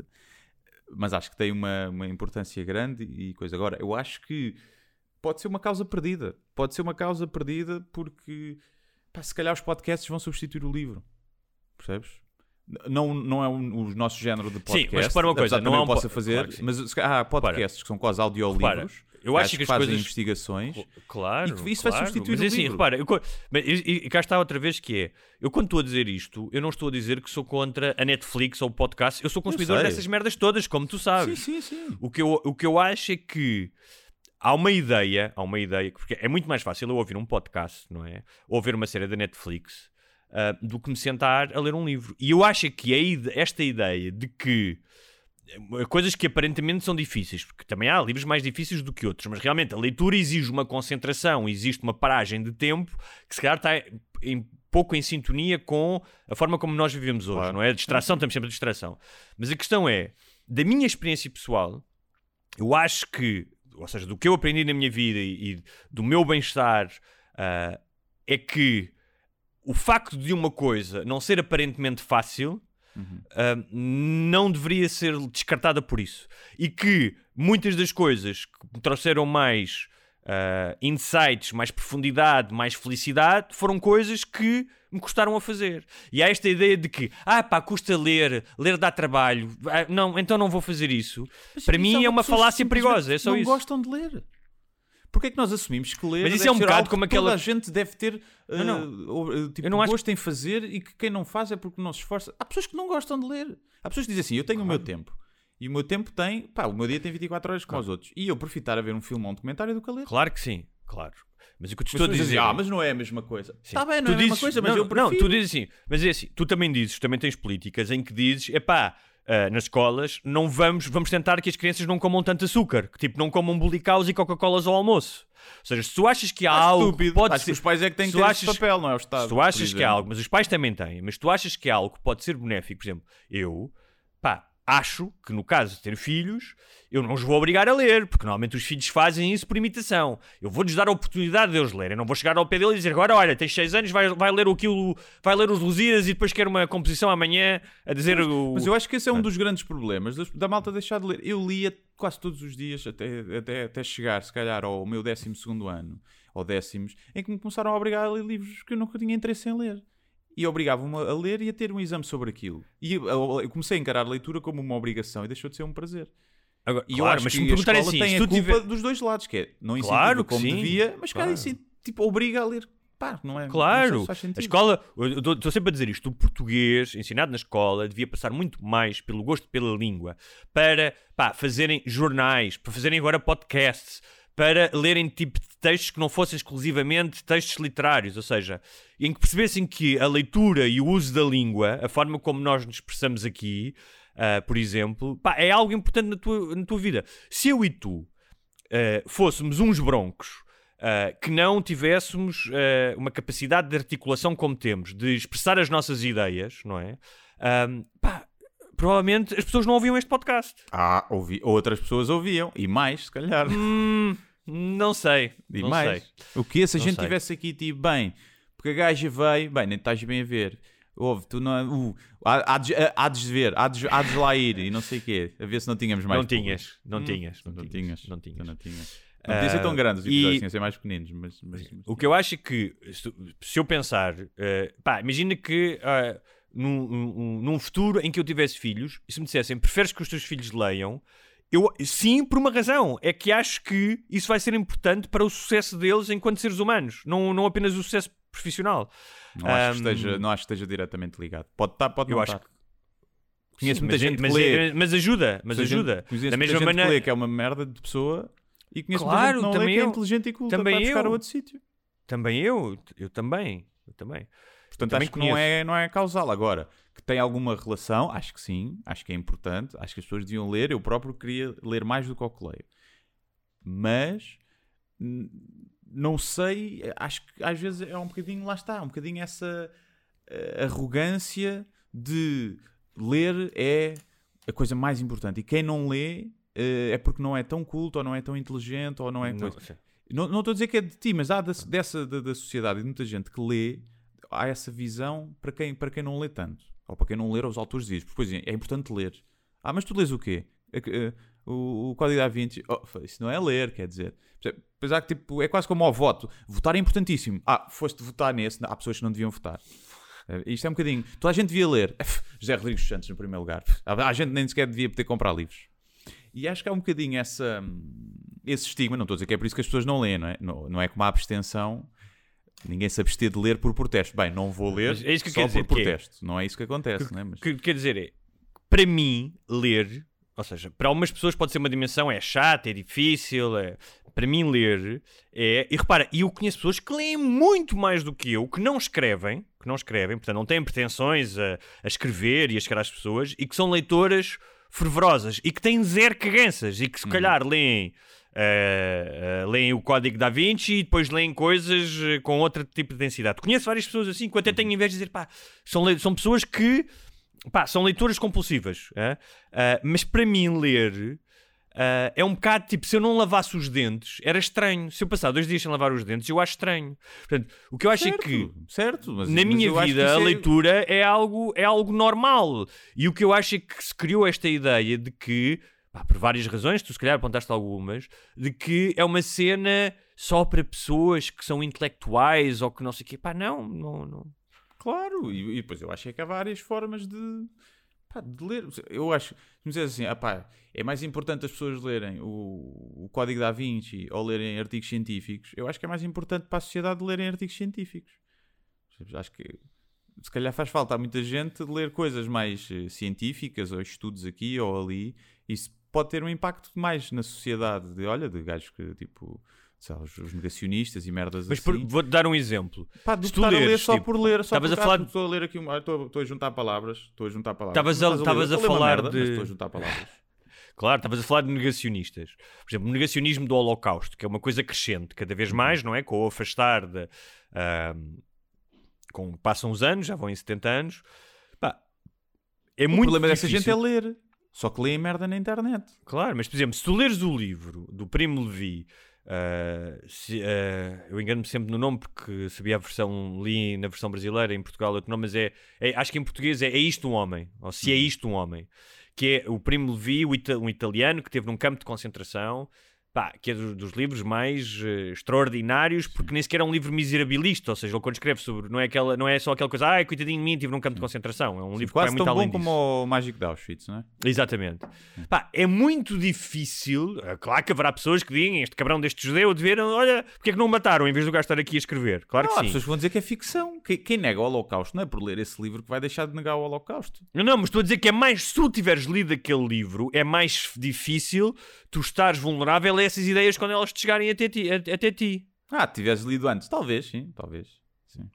mas acho que tem uma, uma importância grande e coisa. Agora, eu acho que pode ser uma causa perdida. Pode ser uma causa perdida porque, pá, se calhar os podcasts vão substituir o livro. Percebes? Não, não é o, o nosso género de podcast. Sim, mas para uma coisa, não eu há um possa po- fazer, claro que sim. mas há podcasts para. que são quase audiolivros. Repara, eu acho que, que as fazem coisas... investigações. Claro, e que isso claro. vai substituir mas, o assim, livro. Repara, eu, mas, e, e cá está outra vez que é, eu quando estou a dizer isto, eu não estou a dizer que sou contra a Netflix ou o podcast, eu sou consumidor dessas merdas todas, como tu sabes. Sim, sim, sim. O que eu, o que eu acho é que há uma ideia, há uma ideia, porque é muito mais fácil eu ouvir um podcast, não é? Ou ver uma série da Netflix, uh, do que me sentar a ler um livro. E eu acho que a ide- esta ideia de que coisas que aparentemente são difíceis, porque também há livros mais difíceis do que outros, mas realmente a leitura exige uma concentração, existe uma paragem de tempo que se calhar está em, pouco em sintonia com a forma como nós vivemos hoje, Claro. não é? A distração, temos sempre a distração. Mas a questão é, da minha experiência pessoal, eu acho que, ou seja, do que eu aprendi na minha vida e, e do meu bem-estar, uh, é que o facto de uma coisa não ser aparentemente fácil Uhum. Uh, não deveria ser descartada por isso. E que muitas das coisas que me trouxeram mais uh, insights, mais profundidade, mais felicidade, foram coisas que me custaram a fazer. E há esta ideia de que, ah pá, custa ler, ler dá trabalho, ah, não, então não vou fazer isso. Mas para isso mim é uma falácia simplesmente perigosa, é só não isso. Não gostam de ler. Porquê é que nós assumimos que ler Mas isso deve é um ser bocado algo como que aquela- toda a gente deve ter uh, Não, uh, tipo, Eu não acho- gosto em fazer e que quem não faz é porque não se esforça? Há pessoas que não gostam de ler. Há pessoas que dizem assim, eu tenho o meu tempo. E o meu tempo tem... Pá, o meu dia tem vinte e quatro horas como os outros. E eu prefiro estar a ver um filme ou um documentário do que a ler. Claro que sim, claro. Mas o que eu te Mas estou a tu dizes, dizer... ah, mas não é a mesma coisa. Sim. Está bem, não Tu é a mesma dizes- coisa, mas não, eu prefiro. Não, tu dizes assim, mas é assim, tu também dizes, tu também tens políticas em que dizes, epá, uh, nas escolas, não vamos, vamos tentar que as crianças não comam tanto açúcar, que tipo, não comam bolicaus e Coca-Colas ao almoço. Ou seja, se tu achas que há Ah, algo estúpido. que pode Acho ser... que os pais é que têm se que tu ter achas- esse papel, não é o Estado. Se tu achas por que é exemplo. algo, mas os pais também têm, mas tu achas que é algo que pode ser benéfico, por exemplo, eu, pá, acho que no caso de ter filhos, eu não os vou obrigar a ler, porque normalmente os filhos fazem isso por imitação. Eu vou-lhes dar a oportunidade de eles lerem. Eu não vou chegar ao pé dele e dizer agora, olha, tens seis anos, vai, vai ler aquilo, vai ler os Lusíadas e depois quer uma composição amanhã a dizer o... Mas eu acho que esse é um dos grandes problemas das- da malta deixar de ler. Eu lia quase todos os dias até, até, até chegar, se calhar, ao meu décimo segundo ano, ou décimos, em que me começaram a obrigar a ler livros que eu nunca tinha interesse em ler. E obrigavam-me a ler e a ter um exame sobre aquilo. E eu, eu comecei a encarar a leitura como uma obrigação e deixou de ser um prazer. Agora, E claro, eu acho mas que se me a perguntarem escola assim, tem se a tu culpa tiver... dos dois lados, que é não incentiva Claro que como sim, devia, mas claro. cara, tipo, obriga a ler. Pá, não é? Claro, não sei se faz sentido. a escola, eu estou sempre a dizer isto, o português ensinado na escola devia passar muito mais pelo gosto pela língua, para pá, fazerem jornais, para fazerem agora podcasts, para lerem tipo de textos que não fossem exclusivamente textos literários, ou seja, em que percebessem que a leitura e o uso da língua, a forma como nós nos expressamos aqui, uh, por exemplo, pá, é algo importante na tua, na tua vida. Se eu e tu uh, fôssemos uns broncos, uh, que não tivéssemos uh, uma capacidade de articulação como temos, de expressar as nossas ideias, não é? Um, pá, provavelmente as pessoas não ouviam este podcast. Ah, ouvi, outras pessoas ouviam, e mais, se calhar. Hum, não sei. E não mais. sei. O que se a Não gente sei. tivesse aqui, tipo, bem, porque a gaja veio, bem, nem estás bem a ver. Ouve, tu não. Uh, há, há, de, há de ver, há de, há de lá ir e não sei o quê. A ver se não tínhamos mais. Não público. tinhas, não Hum, tinhas, não Não tinhas, tinhas. não tinhas. Não tinhas. Não podia ser tão grandes os e- episódios, tinham ser mais pequeninos. Mas, mas, mas- O que eu acho é que, se, se eu pensar, eh, pá, imagina que eh, num, num, num futuro em que eu tivesse filhos, e se me dissessem, preferes que os teus filhos leiam? Eu, sim, por uma razão. É que acho que isso vai ser importante para o sucesso deles enquanto seres humanos, não, não apenas o sucesso profissional. não, acho que Ahm, esteja, não acho que esteja diretamente ligado. Pode estar, pode Eu não acho estar. que- Conheço Sim, muita mas, gente mas, que lê. mas ajuda, mas Conheço ajuda. gente- conheço Da muita mesma gente maneira. que lê, que é uma merda de pessoa. E conheço muita Claro, gente que não lê, também que é eu. inteligente e culta. Também Vai buscar eu. a outro sítio. Também eu, eu também, eu também. Portanto, Também acho que não conheço. é, não é causal. Agora, que tem alguma relação, acho que sim, acho que é importante, acho que as pessoas deviam ler. Eu próprio queria ler mais do que o que leio. Mas, n- não sei, acho que às vezes é um bocadinho, lá está, um bocadinho essa eh, arrogância de ler é a coisa mais importante. E quem não lê uh, é porque não é tão culto, ou não é tão inteligente, ou não é... Não, coisa. Não, não estou a dizer que é de ti, mas há da, dessa da, da sociedade e de muita gente que lê, há essa visão para quem, para quem não lê tanto. Ou para quem não lê os autores diz. Pois é, é importante ler. Ah, mas tu lês o quê? O, o Código da Vinci. Oh, isso não é ler, quer dizer. Apesar que tipo, é quase como ao voto. Votar é importantíssimo. Ah, foste votar nesse. Há pessoas que não deviam votar. Isto é um bocadinho... Toda a gente devia ler. José Rodrigues Santos, no primeiro lugar. A gente nem sequer devia poder comprar livros. E acho que há um bocadinho essa, esse estigma. Não estou a dizer que é por isso que as pessoas não leem, não é? Não, não é como a abstenção... Ninguém se abster de ler por protesto. Bem, não vou ler é isso que só por dizer, protesto. é, não é isso que acontece, que, né? Mas... que, quer dizer, é, para mim, ler, ou seja, para algumas pessoas pode ser uma dimensão, é chato, é difícil, é, para mim ler é... E repara, eu conheço pessoas que leem muito mais do que eu, que não escrevem, que não escrevem, portanto não têm pretensões a, a escrever e a chegar às pessoas, e que são leitoras fervorosas, e que têm zero caganças, e que se Uhum. calhar leem... Uh, uh, leem o Código da Vinci e depois leem coisas uh, com outro tipo de densidade. Conheço várias pessoas assim que eu até tenho inveja de dizer, pá, são, le- são pessoas que, pá, são leitoras compulsivas. Uh, uh, mas para mim ler uh, é um bocado tipo, se eu não lavasse os dentes, era estranho. Se eu passar dois dias sem lavar os dentes, eu acho estranho. Portanto, o que eu acho certo, é que certo, mas, na mas minha eu acho vida que a isso é- leitura é algo, é algo normal. E o que eu acho é que se criou esta ideia de que, pá, por várias razões, tu se calhar apontaste algumas, de que é uma cena só para pessoas que são intelectuais ou que não sei o quê. Pá, não, não, não. Claro, e, e depois eu acho que há várias formas de, pá, de ler. Eu acho, se me disseres assim, ah, pá, é mais importante as pessoas lerem o, o Código da Vinci ou lerem artigos científicos, eu acho que é mais importante para a sociedade lerem artigos científicos. Acho que se calhar faz falta a muita gente de ler coisas mais uh, científicas ou estudos aqui ou ali, e isso pode ter um impacto mais na sociedade de, olha, de gajos que tipo, sei lá, os, os negacionistas e merdas Mas assim. por- vou-te dar um exemplo. Pá, de Se tu estar a ler leres, só tipo, por ler, só estavas porque, a falar- ah, estou a ler aqui, uma- estou, estou a juntar palavras, estou a juntar palavras. Estavas Não a- estás ler, estavas a estou ler uma falar merda, de- mas estou a juntar palavras. Claro, estavas a falar de negacionistas. Por exemplo, o negacionismo do Holocausto, que é uma coisa crescente, cada vez mais, não é? Com o afastar de... ahm, com, passam os anos, já vão em setenta anos. Pá, é O muito problema difícil. dessa gente é ler. Só que leem merda na internet. Claro, mas por exemplo, se tu leres o livro do Primo Levi, uh, se, uh, eu engano-me sempre no nome porque sabia a versão, li na versão brasileira, em Portugal outro nome, mas é, é acho que em português é, é Isto um Homem, ou Se é Isto um Homem, que é o Primo Levi, o ita- um italiano que esteve num campo de concentração, pá, que é dos, dos livros mais uh, extraordinários, porque nem sequer é um livro miserabilista, ou seja, ele quando escreve sobre, não é, aquela, não é só aquela coisa, ai, coitadinho de mim, estive num campo de concentração, é um livro que vai Quase muito tão além bom disso. como o Mágico de Auschwitz, não é? Exatamente. Pá, é muito difícil. é Claro que haverá pessoas que digam este cabrão deste judeu de ver, olha, porque é que não o mataram em vez do gajo estar aqui a escrever. Claro Não, que há sim. pessoas que vão dizer que é ficção. Quem, quem nega o Holocausto não é por ler esse livro que vai deixar de negar o Holocausto. Não, não, mas estou a dizer que é mais, se tu tiveres lido aquele livro, é mais difícil tu estares vulnerável a essas ideias quando elas te chegarem até ti. Até ti. Ah, tivesse lido antes. Talvez, sim, talvez. Sim.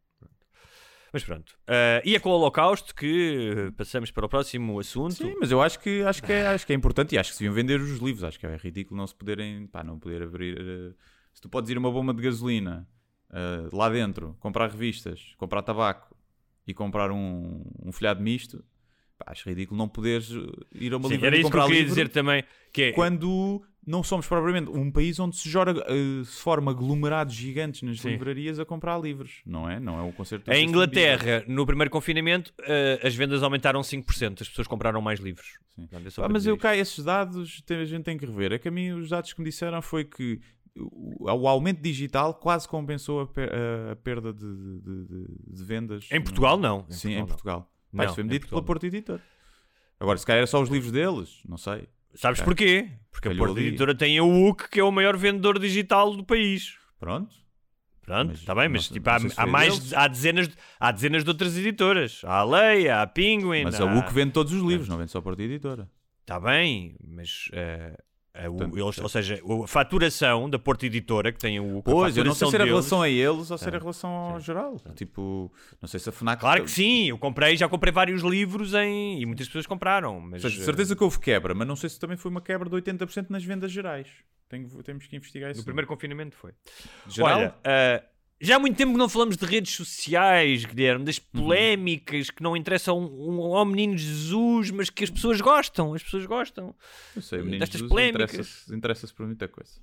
Mas pronto. Uh, e é com o Holocausto que uh, passamos para o próximo assunto. Sim, mas eu acho que, acho, que é, acho que é importante e acho que se deviam vender os livros. Acho que é ridículo não se poderem, pá, não poder abrir. Uh, se tu podes ir a uma bomba de gasolina uh, lá dentro, comprar revistas, comprar tabaco e comprar um, um folhado misto, pá, acho ridículo não poderes ir a uma Sim, livraria era e isso que eu comprar queria livro dizer também. Que é, quando não somos propriamente um país onde se, jora, uh, se forma aglomerados gigantes nas Sim. livrarias a comprar livros, não é? Não é o concerto. Em Inglaterra, no primeiro confinamento, uh, as vendas aumentaram cinco por cento. As pessoas compraram mais livros. Sim. Portanto, é só Ah, para mas dizer eu isto. cá, esses dados tem- a gente tem que rever. É que a mim os dados que me disseram foi que o, o aumento digital quase compensou a, per- a- a perda de, de- de- de vendas. Em Portugal, não. Em Sim, Portugal, em Portugal. não. Pá, Não, isso foi-me em dito Portugal pela Porta Editora. Agora, se calhar era só os livros deles, não sei. Sabes Ok. porquê? Porque a Calhou Porta ali. Editora tem a U C, que é o maior vendedor digital do país. Pronto. Pronto, Mas está bem, mas não sei- tipo, não há, sei se há foi mais, deles. há, dezenas, de- há dezenas de outras editoras. Há a Leia, há a Penguin. Mas há... a U C vende todos os livros, não vende só a Porta Editora. Está bem, mas... eh, a U- Portanto, eles, ou seja, a faturação da Porta Editora, que tem a U C, a Pois, eu não sei faturação se era em deles- relação a eles ou se era É, em relação ao geral. Tipo, não sei se a FNAC... Claro que sim, eu comprei, já comprei vários livros em... e muitas pessoas compraram, mas... Ou seja, de certeza que houve quebra, mas não sei se também foi uma quebra de oitenta por cento nas vendas gerais. Tenho- temos que investigar eh, isso. no primeiro confinamento foi. Geral? Olha, eh, Já há muito tempo que não falamos de redes sociais, Guilherme, das polémicas uhum. que não interessam um, ao menino Jesus, mas que as pessoas gostam. As pessoas gostam Eu sei, o menino destas Jesus polémicas. Interessa-se, interessa-se por muita coisa.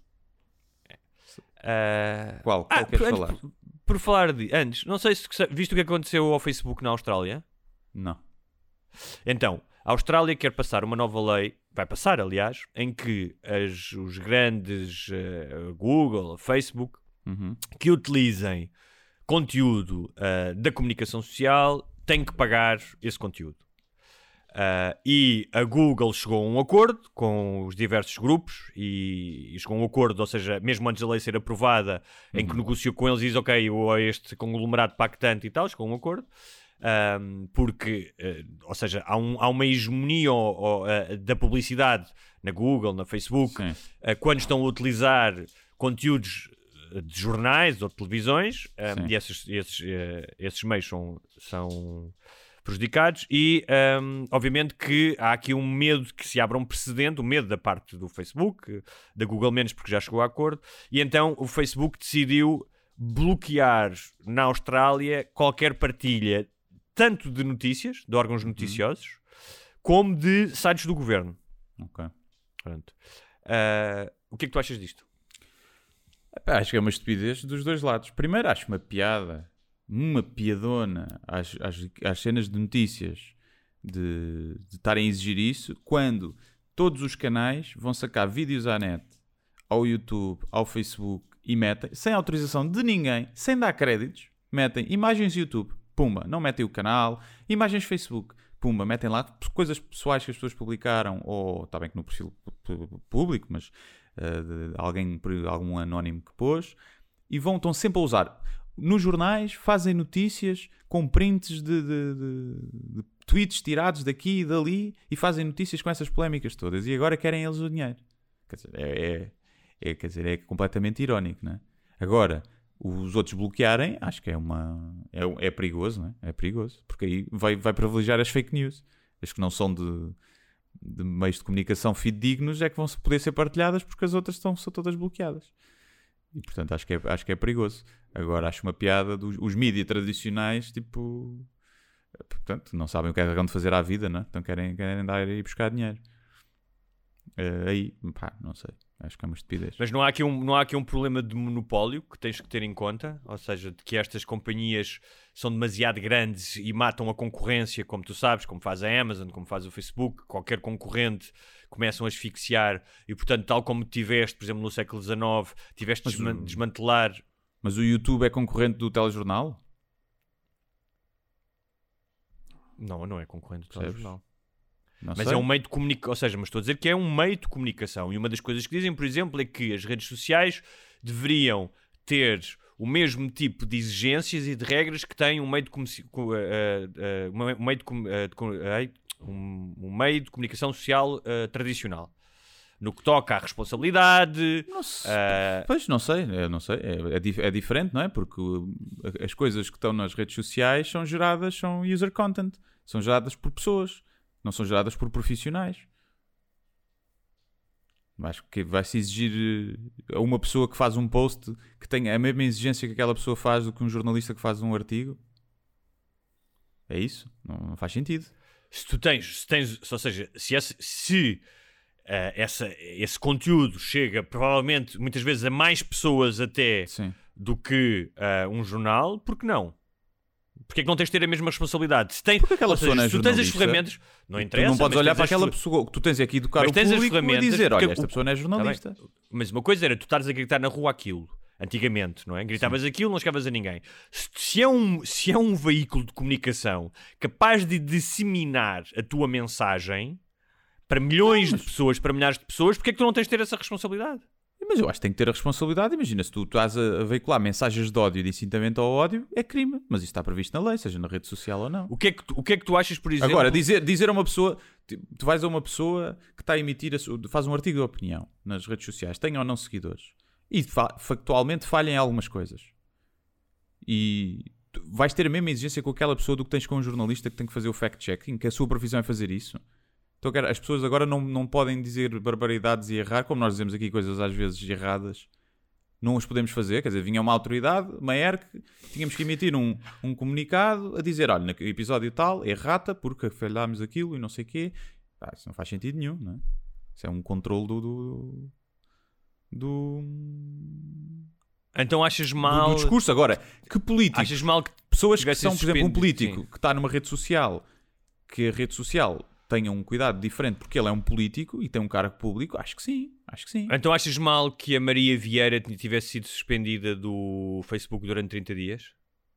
Uh... Qual? Qual ah, queres por, falar? Por, por falar de... Antes, não sei se viste o que aconteceu ao Facebook na Austrália? Não. Então, a Austrália quer passar uma nova lei, vai passar, aliás, em que as, os grandes uh, Google, Facebook, uhum. que utilizem conteúdo uh, da comunicação social têm que pagar esse conteúdo. Uh, e a Google chegou a um acordo com os diversos grupos e, e chegou a um acordo, ou seja, mesmo antes da lei ser aprovada, uhum. em que negociou com eles e diz, ok, ou este conglomerado paga tanto e tal, chegou a um acordo. Um, porque, uh, ou seja, há, um, há uma hegemonia ou, ou, uh, da publicidade na Google, na Facebook, uh, quando estão a utilizar conteúdos de jornais ou de televisões, um, e esses, esses, uh, esses meios são, são prejudicados e, um, obviamente, que há aqui um medo que se abra um precedente, um medo da parte do Facebook, da Google menos porque já chegou a acordo, e então o Facebook decidiu bloquear na Austrália qualquer partilha tanto de notícias, de órgãos noticiosos, uhum. como de sites do governo. Ok. Pronto. Uh, o que é que tu achas disto? Epá, acho que é uma estupidez dos dois lados. Primeiro, acho uma piada, uma piadona às, às, às cenas de notícias de estarem a exigir isso, quando todos os canais vão sacar vídeos à net, ao YouTube, ao Facebook, e metem, sem autorização de ninguém, sem dar créditos, metem imagens YouTube. Pumba, não metem o canal, imagens Facebook, pumba, metem lá coisas pessoais que as pessoas publicaram, ou está bem que no perfil público, mas uh, de alguém, algum anónimo que pôs, e vão, estão sempre a usar. Nos jornais fazem notícias com prints de, de, de, de tweets tirados daqui e dali, e fazem notícias com essas polémicas todas, e agora querem eles o dinheiro. Quer dizer, é, é, é, quer dizer, é completamente irónico, não é? Agora, os outros bloquearem, acho que é uma é, é perigoso, não é? É perigoso, porque aí vai, vai privilegiar as fake news. As que não são de, de meios de comunicação fidedignos é que vão poder ser partilhadas porque as outras estão, são todas bloqueadas. E portanto acho que é, acho que é perigoso. Agora acho uma piada dos os mídias tradicionais, tipo, portanto, não sabem o que é que vão fazer à vida, não é? Então querem, querem dar e buscar dinheiro. Uh, aí, pá, não sei. Acho que é uma estupidez. Mas não há, aqui um, não há aqui um problema de monopólio que tens que ter em conta? Ou seja, de que estas companhias são demasiado grandes e matam a concorrência, como tu sabes, como faz a Amazon, como faz o Facebook, qualquer concorrente começam a asfixiar e, portanto, tal como tiveste, por exemplo, no século dezenove, tiveste de desman- desmantelar... Mas o YouTube é concorrente do telejornal? Não, não é concorrente do telejornal. Não mas sei. é um meio de comunicação, ou seja, mas estou a dizer que é um meio de comunicação. E uma das coisas que dizem, por exemplo, é que as redes sociais deveriam ter o mesmo tipo de exigências e de regras que tem um meio de, com, uh, uh, uh, um meio de, uh, um, um meio de comunicação social uh, tradicional. No que toca à responsabilidade... Não sei. Uh... Pois, não sei. Eu não sei. É, é, dif- é diferente, não é? Porque uh, as coisas que estão nas redes sociais são geradas, são user content. São geradas por pessoas. Não são geradas por profissionais. Acho que vai-se exigir a uma pessoa que faz um post que tenha a mesma exigência que aquela pessoa faz do que um jornalista que faz um artigo. É isso? Não, não faz sentido. Se tu tens, se tens ou seja, se, esse, se uh, essa, esse conteúdo chega provavelmente muitas vezes a mais pessoas até Sim. do que uh, um jornal, por que não? Porque é que não tens de ter a mesma responsabilidade? Se, tem, Porque aquela seja, pessoa não é se tu tens as jornalista, ferramentas, não interessa. Tu não podes olhar para aquela as... pessoa que tu tens aqui educar mas o tens público e dizer, olha, esta o... pessoa não é jornalista. Tá, mas uma coisa era tu estares a gritar na rua aquilo, antigamente, não é? Gritavas Sim. aquilo, não chegavas a ninguém. Se, se, é um, se é um veículo de comunicação capaz de disseminar a tua mensagem para milhões não, mas... de pessoas, para milhares de pessoas, porque é que tu não tens de ter essa responsabilidade? Mas eu acho que tem que ter a responsabilidade. Imagina, se tu estás a veicular mensagens de ódio e de incitamento ao ódio, é crime. Mas isso está previsto na lei, seja na rede social ou não. O que é que tu, o que é que tu achas, por exemplo... Agora, dizer, dizer a uma pessoa... Tu vais a uma pessoa que está a emitir... A, faz um artigo de opinião nas redes sociais, tenha ou não seguidores, e fa, factualmente falhem em algumas coisas. E tu vais ter a mesma exigência com aquela pessoa do que tens com um jornalista que tem que fazer o fact-checking, que a sua profissão é fazer isso. Então, as pessoas agora não, não podem dizer barbaridades e errar, como nós dizemos aqui coisas às vezes erradas, não os podemos fazer, quer dizer, vinha uma autoridade, uma E R C, tínhamos que emitir um, um comunicado a dizer, olha, no episódio tal, errata, porque falhámos aquilo e não sei o quê. Pá, isso não faz sentido nenhum, não é? Isso é um controle do... do, do... Então achas mal... Do, do discurso. Agora, que políticos... Achas mal que pessoas que são, por exemplo, um político sim. que está numa rede social, que a rede social tenha um cuidado diferente porque ele é um político e tem um cargo público, acho que sim, acho que sim. Então achas mal que a Maria Vieira tivesse sido suspendida do Facebook durante trinta dias?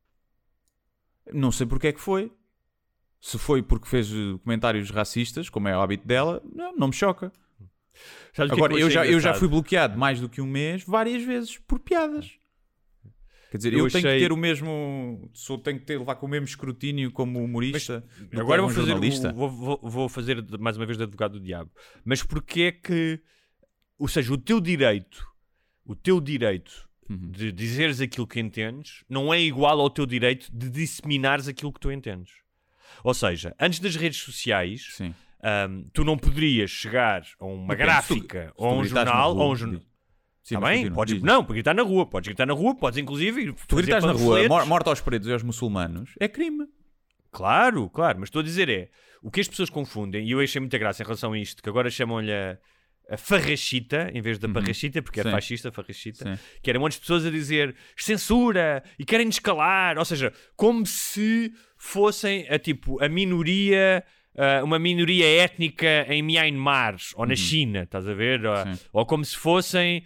Não sei porque é que foi. Se foi porque fez comentários racistas, como é o hábito dela, não, não me choca. Sabes Agora, que é que eu, eu, já, eu já engraçado? fui bloqueado mais do que um mês, várias vezes, por piadas. Quer dizer, eu, Eu eu tenho achei- que ter o mesmo... Sou, tenho que ter, levar com o mesmo escrutínio como humorista. do que Agora leva vou um fazer, jornalista. o- vou, vou, vou fazer de- mais uma vez de advogado do diabo. Mas porquê é que... Ou seja, o teu direito, o teu direito Uhum. de dizeres aquilo que entendes não é igual ao teu direito de disseminares aquilo que tu entendes. Ou seja, antes das redes sociais, Sim. ahm, tu não poderias chegar a uma Depende, se tu- gráfica se tu ou a um gritares na jornal rua, ou a um jornal. diz. Sim, Está mas bem? continua, Podes, diz. não, podes gritar na rua. Podes gritar na rua, podes inclusive Tu fazer gritas na rua, panfletos. mor- morte aos pretos e aos muçulmanos, é crime. Claro, claro, mas estou a dizer é, o que as pessoas confundem, e eu achei muita graça em relação a isto, que agora chamam-lhe a, a farrachita, em vez da Uhum. parrachita, porque Sim. é fascista, farrachita, Sim. que eram montes de pessoas a dizer censura e querem descalar, ou seja, como se fossem a tipo a minoria, ah, uma minoria étnica em Myanmar ou na China, estás a ver? Ou, Sim. ou como se fossem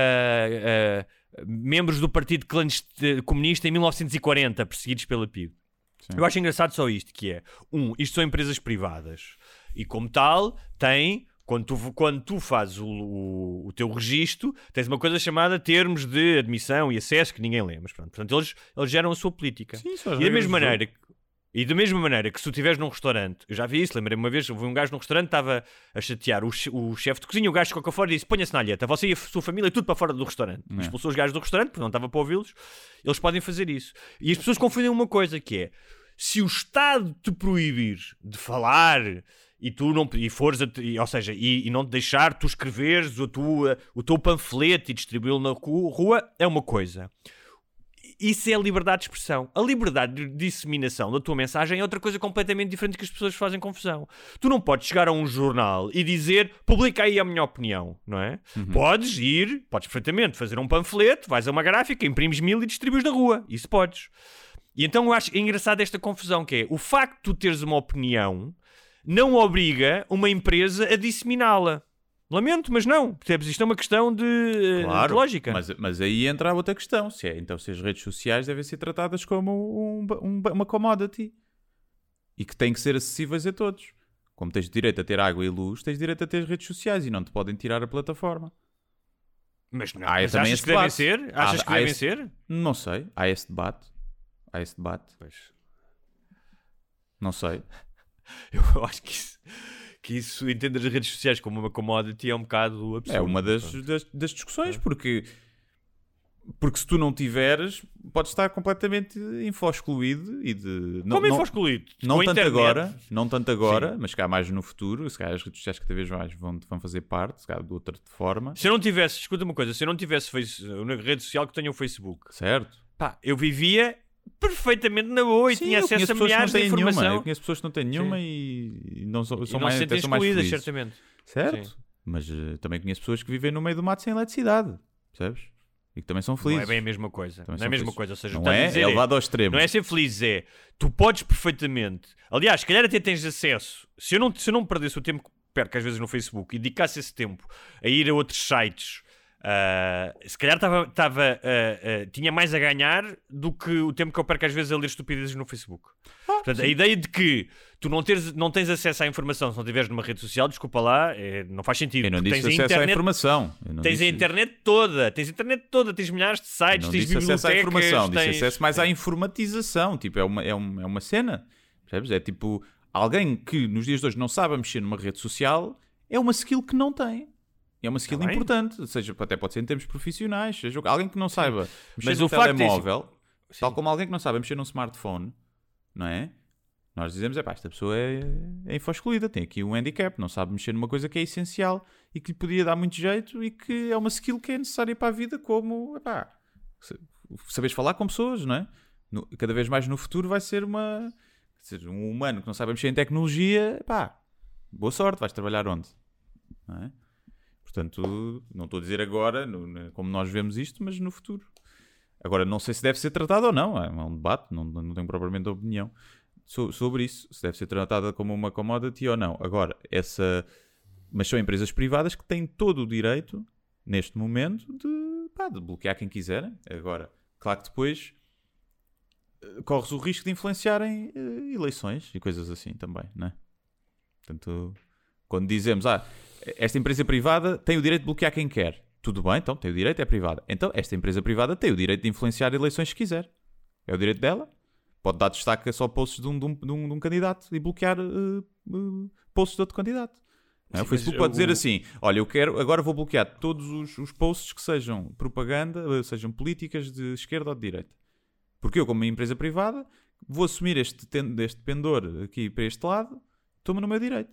ah, ah, membros do Partido Clandest- Comunista em mil novecentos e quarenta, perseguidos pela P I D. Sim. Eu acho engraçado só isto, que é, um, isto são empresas privadas e como tal, tem, quando tu, quando tu fazes o, o, o teu registro, tens uma coisa chamada termos de admissão e acesso que ninguém lê, mas pronto, portanto eles, eles geram a sua política. Sim, são as E da regras mesma do jogo. maneira que E da mesma maneira que se tu estiveres num restaurante, eu já vi isso, lembrei-me uma vez, houve um gajo num restaurante que estava a chatear o, che- o chefe de cozinha, o gajo ficou cá fora e disse, ponha-se na alheta, você e a sua família tudo para fora do restaurante. É. Expulsou os gajos do restaurante, porque não estava para ouvi-los, eles podem fazer isso. E as pessoas confundem uma coisa, que é, se o Estado te proibir de falar e tu não e fores a, e, ou seja, e, e não te deixar tu escreveres o, tua, o teu panfleto e distribuí-lo na cu- rua, é uma coisa. Isso é a liberdade de expressão. A liberdade de disseminação da tua mensagem é outra coisa completamente diferente que as pessoas fazem confusão. Tu não podes chegar a um jornal e dizer, publica aí a minha opinião, não é? Uhum. Podes ir, podes perfeitamente fazer um panfleto, vais a uma gráfica, imprimes mil e distribuis na rua. Isso podes. E então eu acho engraçado esta confusão, que é o facto de tu teres uma opinião não obriga uma empresa a disseminá-la. Lamento, mas não. Percebes? Isto é uma questão de, Claro, de lógica. Mas, mas aí entra a outra questão. Se é, então, se as redes sociais devem ser tratadas como um- um- uma commodity e que têm que ser acessíveis a todos. Como tens direito a ter água e luz, tens direito a ter redes sociais e não te podem tirar a plataforma. Mas não. Há Mas também achas esse que devem debate. ser? Achas Há- que há devem esse- ser? Não sei. Há esse debate. Há esse debate. Pois. Não sei. Eu acho que isso, que isso entender as redes sociais como uma commodity é um bocado absurdo. É uma das, das, das discussões, porque, porque se tu não tiveres, podes estar completamente info-excluído e de... Como não, info-excluído? Não Com a tanto internet. agora, não tanto agora, Sim. mas se calhar mais no futuro, se calhar as redes sociais cada vez mais vão, vão fazer parte, se calhar de outra forma. Se eu não tivesse, escuta uma coisa, se eu não tivesse face, uma rede social que tenha o Facebook, Certo? pá, eu vivia perfeitamente na boa e Sim, tinha eu acesso conheço a pessoas que não milhares de têm informação. nenhuma. Eu conheço pessoas que não têm nenhuma e, e não são, E são não mais, se sentem até são mais excluídas, felizes. certamente. Certo? Sim. Mas eh, também conheço pessoas que vivem no meio do mato sem eletricidade, percebes? E que também são Não felizes. é bem a mesma coisa. Também não é a são mesma felizes. coisa. Ou seja, Não o que estás a é? dizer É levado ao extremo. Não é ser feliz, é tu podes perfeitamente. Aliás, se calhar até tens acesso. Se eu não, se eu não perdesse o tempo que perco às vezes no Facebook e dedicasse esse tempo a ir a outros sites, ah, se calhar tava, tava, ah, ah, tinha mais a ganhar do que o tempo que eu perco às vezes a ler estupidezes no Facebook. Portanto, a ideia de que tu não, teres, não tens acesso à informação se não estiveres numa rede social, desculpa lá, é, não faz sentido. Eu não porque disse tens a acesso à internet, informação. Eu não tens disse... a internet toda, tens a internet toda, tens milhares de Eu sites, não tens disse acesso à bibliotecas, informação, tens... disse acesso mais à informatização. Tipo, é uma, é uma, é uma cena. Percebes? É tipo, alguém que nos dias de hoje não sabe mexer numa rede social é uma skill que não tem. É uma skill Tá bem. importante. Seja, até pode ser em termos profissionais. Seja, alguém que não saiba mexer Mas num o facto é- telemóvel, tal Sim. como alguém que não sabe mexer num smartphone, não é? Nós dizemos, é pá, esta pessoa é, é info-excluída, tem aqui um handicap, não sabe mexer numa coisa que é essencial e que lhe podia dar muito jeito e que é uma skill que é necessária para a vida, como, epá, saberes falar com pessoas, não é? No, cada vez mais no futuro vai ser uma... Quer dizer, um humano que não sabe mexer em tecnologia, epá, boa sorte, vais trabalhar onde? Não é? Portanto, não estou a dizer agora, no, como nós vemos isto, mas no futuro. Agora, não sei se deve ser tratado ou não, é um debate, não, não tenho propriamente opinião sobre isso, se deve ser tratada como uma commodity ou não. Agora, essa... Mas são empresas privadas que têm todo o direito, neste momento, de, pá, de bloquear quem quiserem. Agora, claro que depois corres o risco de influenciarem uh, eleições e coisas assim também, não é? Portanto, quando dizemos, ah, esta empresa privada tem o direito de bloquear quem quer. Tudo bem, então, tem o direito, é privada. Então, esta empresa privada tem o direito de influenciar eleições se quiser. É o direito dela. Pode dar destaque só a posts de um, de um, de um, de um candidato e bloquear uh, uh, posts de outro candidato. Não, sim, o Facebook pode eu... dizer assim, olha, eu quero, agora vou bloquear todos os, os posts que sejam propaganda, uh, sejam políticas de esquerda ou de direita. Porque eu, como uma empresa privada, vou assumir este, este pendor aqui para este lado, toma no meu direito.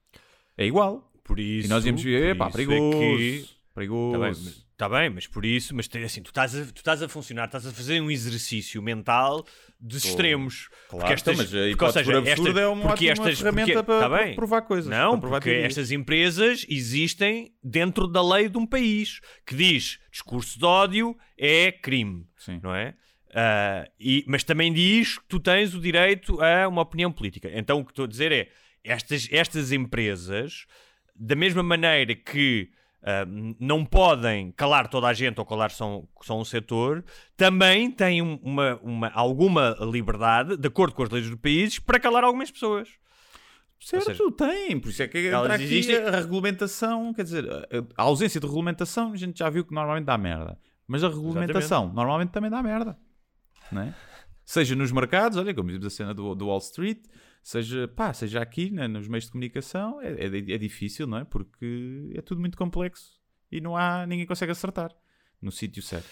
É igual. Por isso, e nós íamos ver, pá, perigoso. É que... Perigoso. Tá bem, mas, tá bem, mas por isso, mas assim, tu estás, a, tu estás a funcionar, estás a fazer um exercício mental de extremos. Claro, porque estas, então, mas a porque, ou seja, absurda esta, é uma porque ótima estas, ferramenta porque, para, tá para provar coisas. Não, provar porque teorias. Estas empresas existem dentro da lei de um país que diz discurso de ódio é crime, sim, não é? Uh, e, mas também diz que tu tens o direito a uma opinião política. Então o que estou a dizer é, estas, estas empresas, da mesma maneira que Uh, não podem calar toda a gente ou calar só, só um setor, também têm uma, uma, alguma liberdade, de acordo com as leis do país, para calar algumas pessoas. Certo, seja, tem, por isso é que entra aqui existem... a regulamentação, quer dizer, a ausência de regulamentação a gente já viu que normalmente dá merda, mas a regulamentação Exatamente. Normalmente também dá merda, não é? Seja nos mercados, olha, como vimos a cena do, do Wall Street, seja, pá, seja aqui, né, nos meios de comunicação, é, é, é difícil, não é? Porque é tudo muito complexo e não há, ninguém consegue acertar no sítio certo.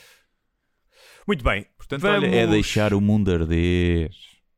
Muito bem, portanto, vamos... olha, é deixar o mundo arder.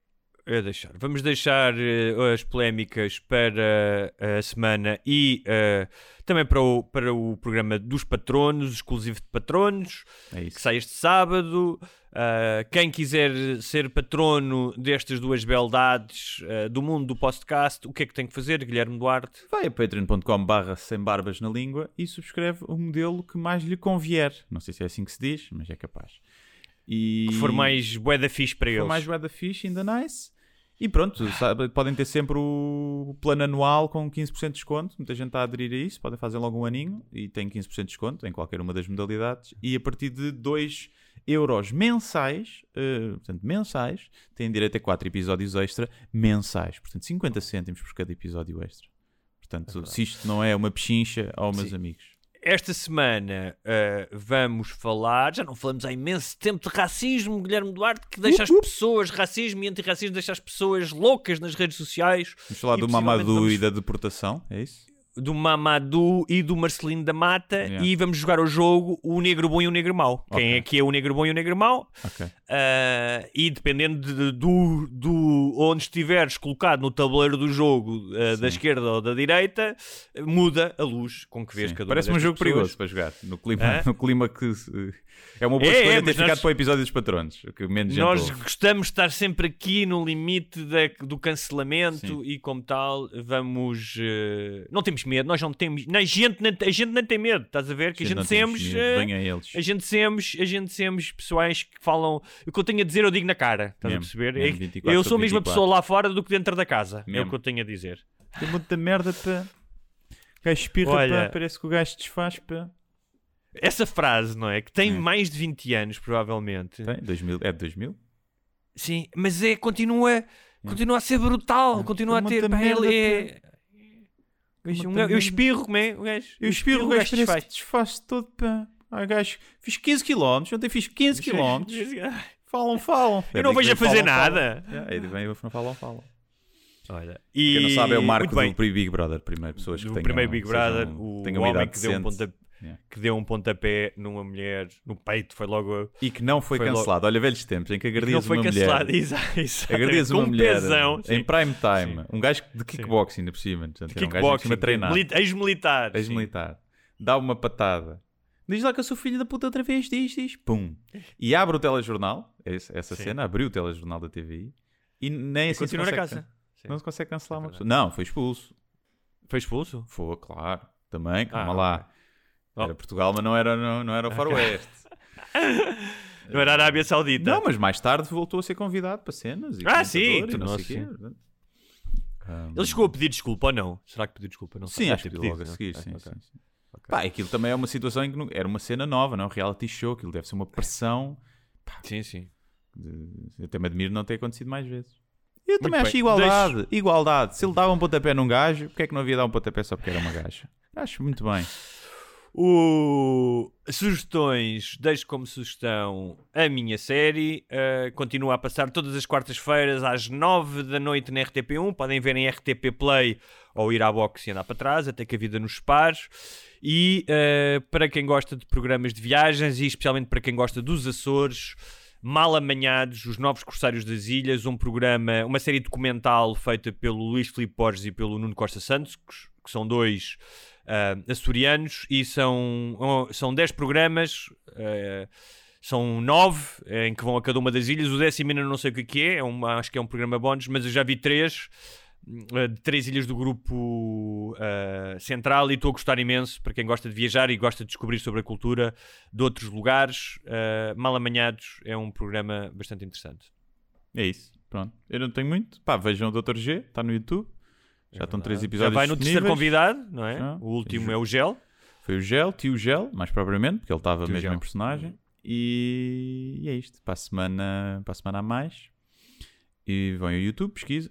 É deixar. Vamos deixar uh, as polémicas para uh, a semana e uh, também para o, para o programa dos patronos, exclusivo de patronos, é isso. Que sai este sábado. Uh, quem quiser ser patrono destas duas beldades uh, do mundo do podcast, o que é que tem que fazer, Guilherme Duarte? Vai a patreon ponto com barra sem barbas na língua e subscreve o modelo que mais lhe convier. Não sei se é assim que se diz, mas é capaz. E... Que for mais bué da fixe para que eles. For mais bué da fixe, ainda nice. E pronto, sabe, podem ter sempre o plano anual com quinze por cento de desconto. Muita gente está a aderir a isso, podem fazer logo um aninho e tem quinze por cento de desconto em qualquer uma das modalidades. E a partir de dois euros mensais, uh, portanto mensais, têm direito a quatro episódios extra mensais. Portanto, cinquenta cêntimos por cada episódio extra. Portanto, é se isto não é uma pechincha, aos meus Sim. amigos. Esta semana uh, vamos falar, já não falamos há imenso tempo de racismo, Guilherme Duarte, que deixa as pessoas, racismo e antirracismo, deixa as pessoas loucas nas redes sociais. Vamos falar do Mamadou vamos... e da deportação, é isso? Do Mamadou e do Marcelino da Mata, yeah. E vamos jogar o jogo o negro bom e o negro mau. Okay. Quem é que é o negro bom e o negro mau? Okay. Uh, e dependendo de, do, do onde estiveres colocado no tabuleiro do jogo, uh, da esquerda ou da direita, muda a luz com que vês Sim. cada uma. Parece-me um jogo pessoas. perigoso para jogar, no clima, ah? no clima que uh, é uma boa é, escolha é, ter ficado nós, para o episódio dos patronos. Que menos nós gente gostamos de estar sempre aqui no limite da, do cancelamento. Sim. E como tal vamos... Uh, não temos medo, nós não temos, a gente, a gente não tem medo, estás a ver? Que a gente, a gente somos, uh, a gente somos, a gente somos pessoais que falam, o que eu tenho a dizer eu digo na cara, estás mesmo, a perceber? Mesmo, vinte e quatro, eu sou a mesma vinte e quatro. Pessoa lá fora do que dentro da casa, mesmo. É o que eu tenho a dizer. Tem muita merda para, o gajo espirra, Olha, pá, parece que o gajo desfaz, pá. Essa frase, não é? Que tem é. mais de vinte anos, provavelmente. Tem, dois mil, é de dois mil? Sim, mas é, continua, é. continua a ser brutal, é. continua tem a ter, pá, ele é... Um, eu espirro, como é? O gajo, eu espirro, o gajo parece que desfaz-se todo, pá. Ai, gajo, fiz quinze quilómetros, ontem fiz quinze quilómetros. Falam, falam. Eu não vejo a fazer falam, nada. Falam. Aí vem, não falam, falam. Olha, e... Quem não sabe é o Marco do Big Brother, primeiro, pessoas que do tenham... primeiro Big Brother, sejam, o homem que deu um, ponta, Yeah. que deu um pontapé numa mulher no peito, foi logo... E que não foi, foi cancelado. Logo... Olha, velhos tempos em que que agredias não foi uma cancelado. mulher. Exato, exato. Agredias Com uma mulher pesão, em sim. prime time. Sim. Um gajo de kickboxing, ainda por cima. Portanto, De era um gajo que kickboxing, a treinar. Milita- ex-militar. Ex-militar. Dá uma patada. Diz lá que eu sou filho da puta outra vez. Diz, diz. Pum. E abre o telejornal. Essa, essa cena. Abriu o telejornal da T V I. E nem E assim continua se na consegue, casa. Sim. Não se consegue cancelar É uma verdade. pessoa. Não, foi expulso. Foi expulso? Foi, claro. Também, calma Ah, lá. ok. Era Portugal, mas não era, não, não era o faroeste. Não era a Arábia Saudita. Não, mas mais tarde voltou a ser convidado para cenas. E Ah, sim, comentador e não tornou-se, sei o quê. sim. Portanto, um, Ele chegou a pedir desculpa ou não? Será que pediu desculpa? Não sei. Sim, Ah, acho que pedido, logo a não? seguir. Ah, Sim, ok. sim, sim. Pá, aquilo também é uma situação em que não- era uma cena nova, não é? Um reality show. Aquilo deve ser uma pressão. Sim, sim. de- Eu até me admiro não ter acontecido mais vezes. Eu também bem. acho igualdade. Igualdade. Se ele dava um pontapé num gajo, porque é que não havia dar um pontapé só porque era uma gaja? Acho muito bem. O... Sugestões, deixo como sugestão a minha série. Uh, continua a passar todas as quartas-feiras às nove da noite na R T P um. Podem ver em R T P Play ou ir à box e andar para trás, até que a vida nos separe. E uh, para quem gosta de programas de viagens e especialmente para quem gosta dos Açores, Mal Amanhados, Os Novos Corsários das Ilhas, um programa, uma série documental feita pelo Luís Filipe Borges e pelo Nuno Costa Santos, que, que são dois uh, açorianos, e são, uh, são dez programas, uh, são nove, em que vão a cada uma das ilhas. O décimo ainda não sei o que é, que é, é uma, acho que é um programa bónus, mas eu já vi três, uh, de três ilhas do grupo uh, central, e estou a gostar imenso, para quem gosta de viajar e gosta de descobrir sobre a cultura de outros lugares. Uh, Mal Amanhados é um programa bastante interessante. É isso. Pronto. Eu não tenho muito. Pá, vejam o doutor G. Está no YouTube. Já É estão verdade. três Já episódios vai no terceiro disponíveis. convidado, não é? Já. O último é o Gel. Foi o Gel, tio Gel, mais propriamente, porque ele estava Tio mesmo Gel. em personagem. E... e é isto. Para a semana, para a semana a mais. E vão ao YouTube, pesquisa.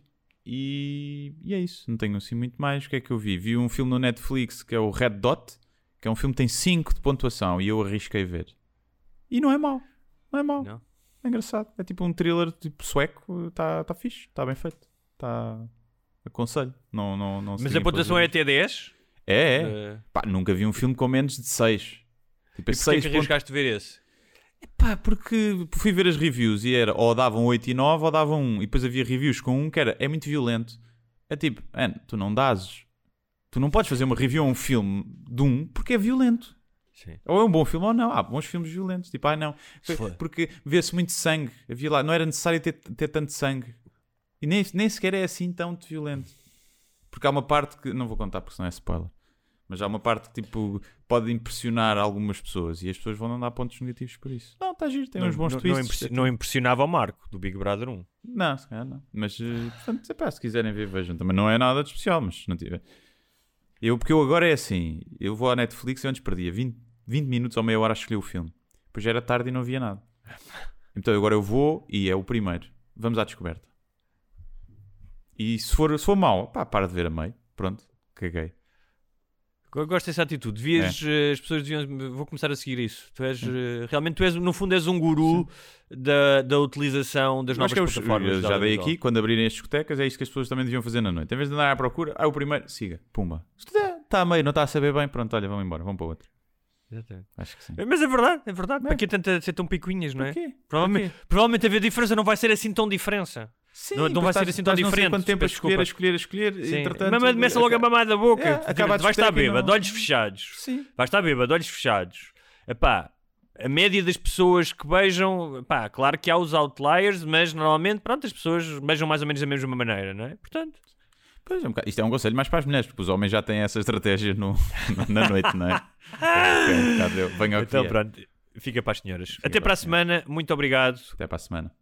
E... e é isso. Não tenho assim muito mais. O que é que eu vi? Vi um filme no Netflix que é o Red Dot, que é um filme que tem cinco de pontuação e eu arrisquei ver. E não é mau. Não é mau. Não. É engraçado. É tipo um thriller tipo sueco. Está tá fixe. Está bem feito. Está... Aconselho. Não, não, não se Mas a liguem pontuação para é os até dez? É, é. Uh, Pá, nunca vi um filme com menos de seis. Tipo, e porquê seis que ponto- arriscaste ver esse? Pá, porque fui ver as reviews e era ou davam oito e nove ou davam um. E depois havia reviews com um que era, é muito violento. É tipo, man, tu não dás. Tu não podes fazer uma review a um filme de um porque é violento. Sim. Ou é um bom filme ou não. Há bons filmes violentos. Tipo, ah, não. Se for. Porque vê-se muito sangue. Havia lá, não era necessário ter, ter tanto sangue. E nem, nem sequer é assim tão violento. Porque há uma parte que. Não vou contar porque senão é spoiler. Mas há uma parte que tipo pode impressionar algumas pessoas e as pessoas vão não dar pontos negativos por isso. Não, está giro, tem Não, uns bons não, twists. não, impressi- não impressionava o Marco, do Big Brother um. Não, se calhar não. Mas, eh, portanto, epá, se quiserem ver, vejam. Também não é nada de especial, mas se não tiver. Eu, porque eu agora é assim, eu vou à Netflix e antes perdia vinte, vinte minutos ou meia hora a escolher o filme. Depois já era tarde e não havia nada. Então agora eu vou e é o primeiro. Vamos à descoberta. E se for, se for mau, pá, para de ver a meio. Pronto, caguei. Eu gosto dessa atitude. Devias, eh, as pessoas deviam. Vou começar a seguir isso. Tu és eh, realmente, tu és, no fundo, és um guru da, da utilização das Eu novas acho que é os- plataformas. eu de já dei audiovisual. aqui, quando abrirem as discotecas, é isso que as pessoas também deviam fazer na noite. Em vez de andar à procura, ah, o primeiro, siga, pumba. Se está a meio, não está a saber bem, pronto, olha, vamos embora, vamos para o outro. Exatamente. Acho que sim. Mas é verdade, é verdade. É. Para que tanta ser tão picuinhas, não é? Porquê? Provavelmente, provavelmente haver diferença não vai ser assim tão diferença. Sim, Não- não vai ser assim tão diferente, Quanto tempo a peço escolher, a desculpa. escolher, a escolher, Sim. entretanto... Mas começa logo a mamar da boca. É, acaba de Vais estar discoteca e bêbado, não- olhos fechados. Sim. Vais estar bêbado, olhos fechados. Epá, a média das pessoas que beijam, pá, claro que há os outliers, mas normalmente, pronto, as pessoas beijam mais ou menos da mesma maneira, não é? Portanto, Pois, é um bocado- isto é um conselho mais para as mulheres, porque os homens já têm essa estratégia no, na noite, não é? Ok, um bocado eu. Venha ao que então vier. pronto, fica para as senhoras. Fica Até para para a as senhoras. semana, muito obrigado. Até para a semana.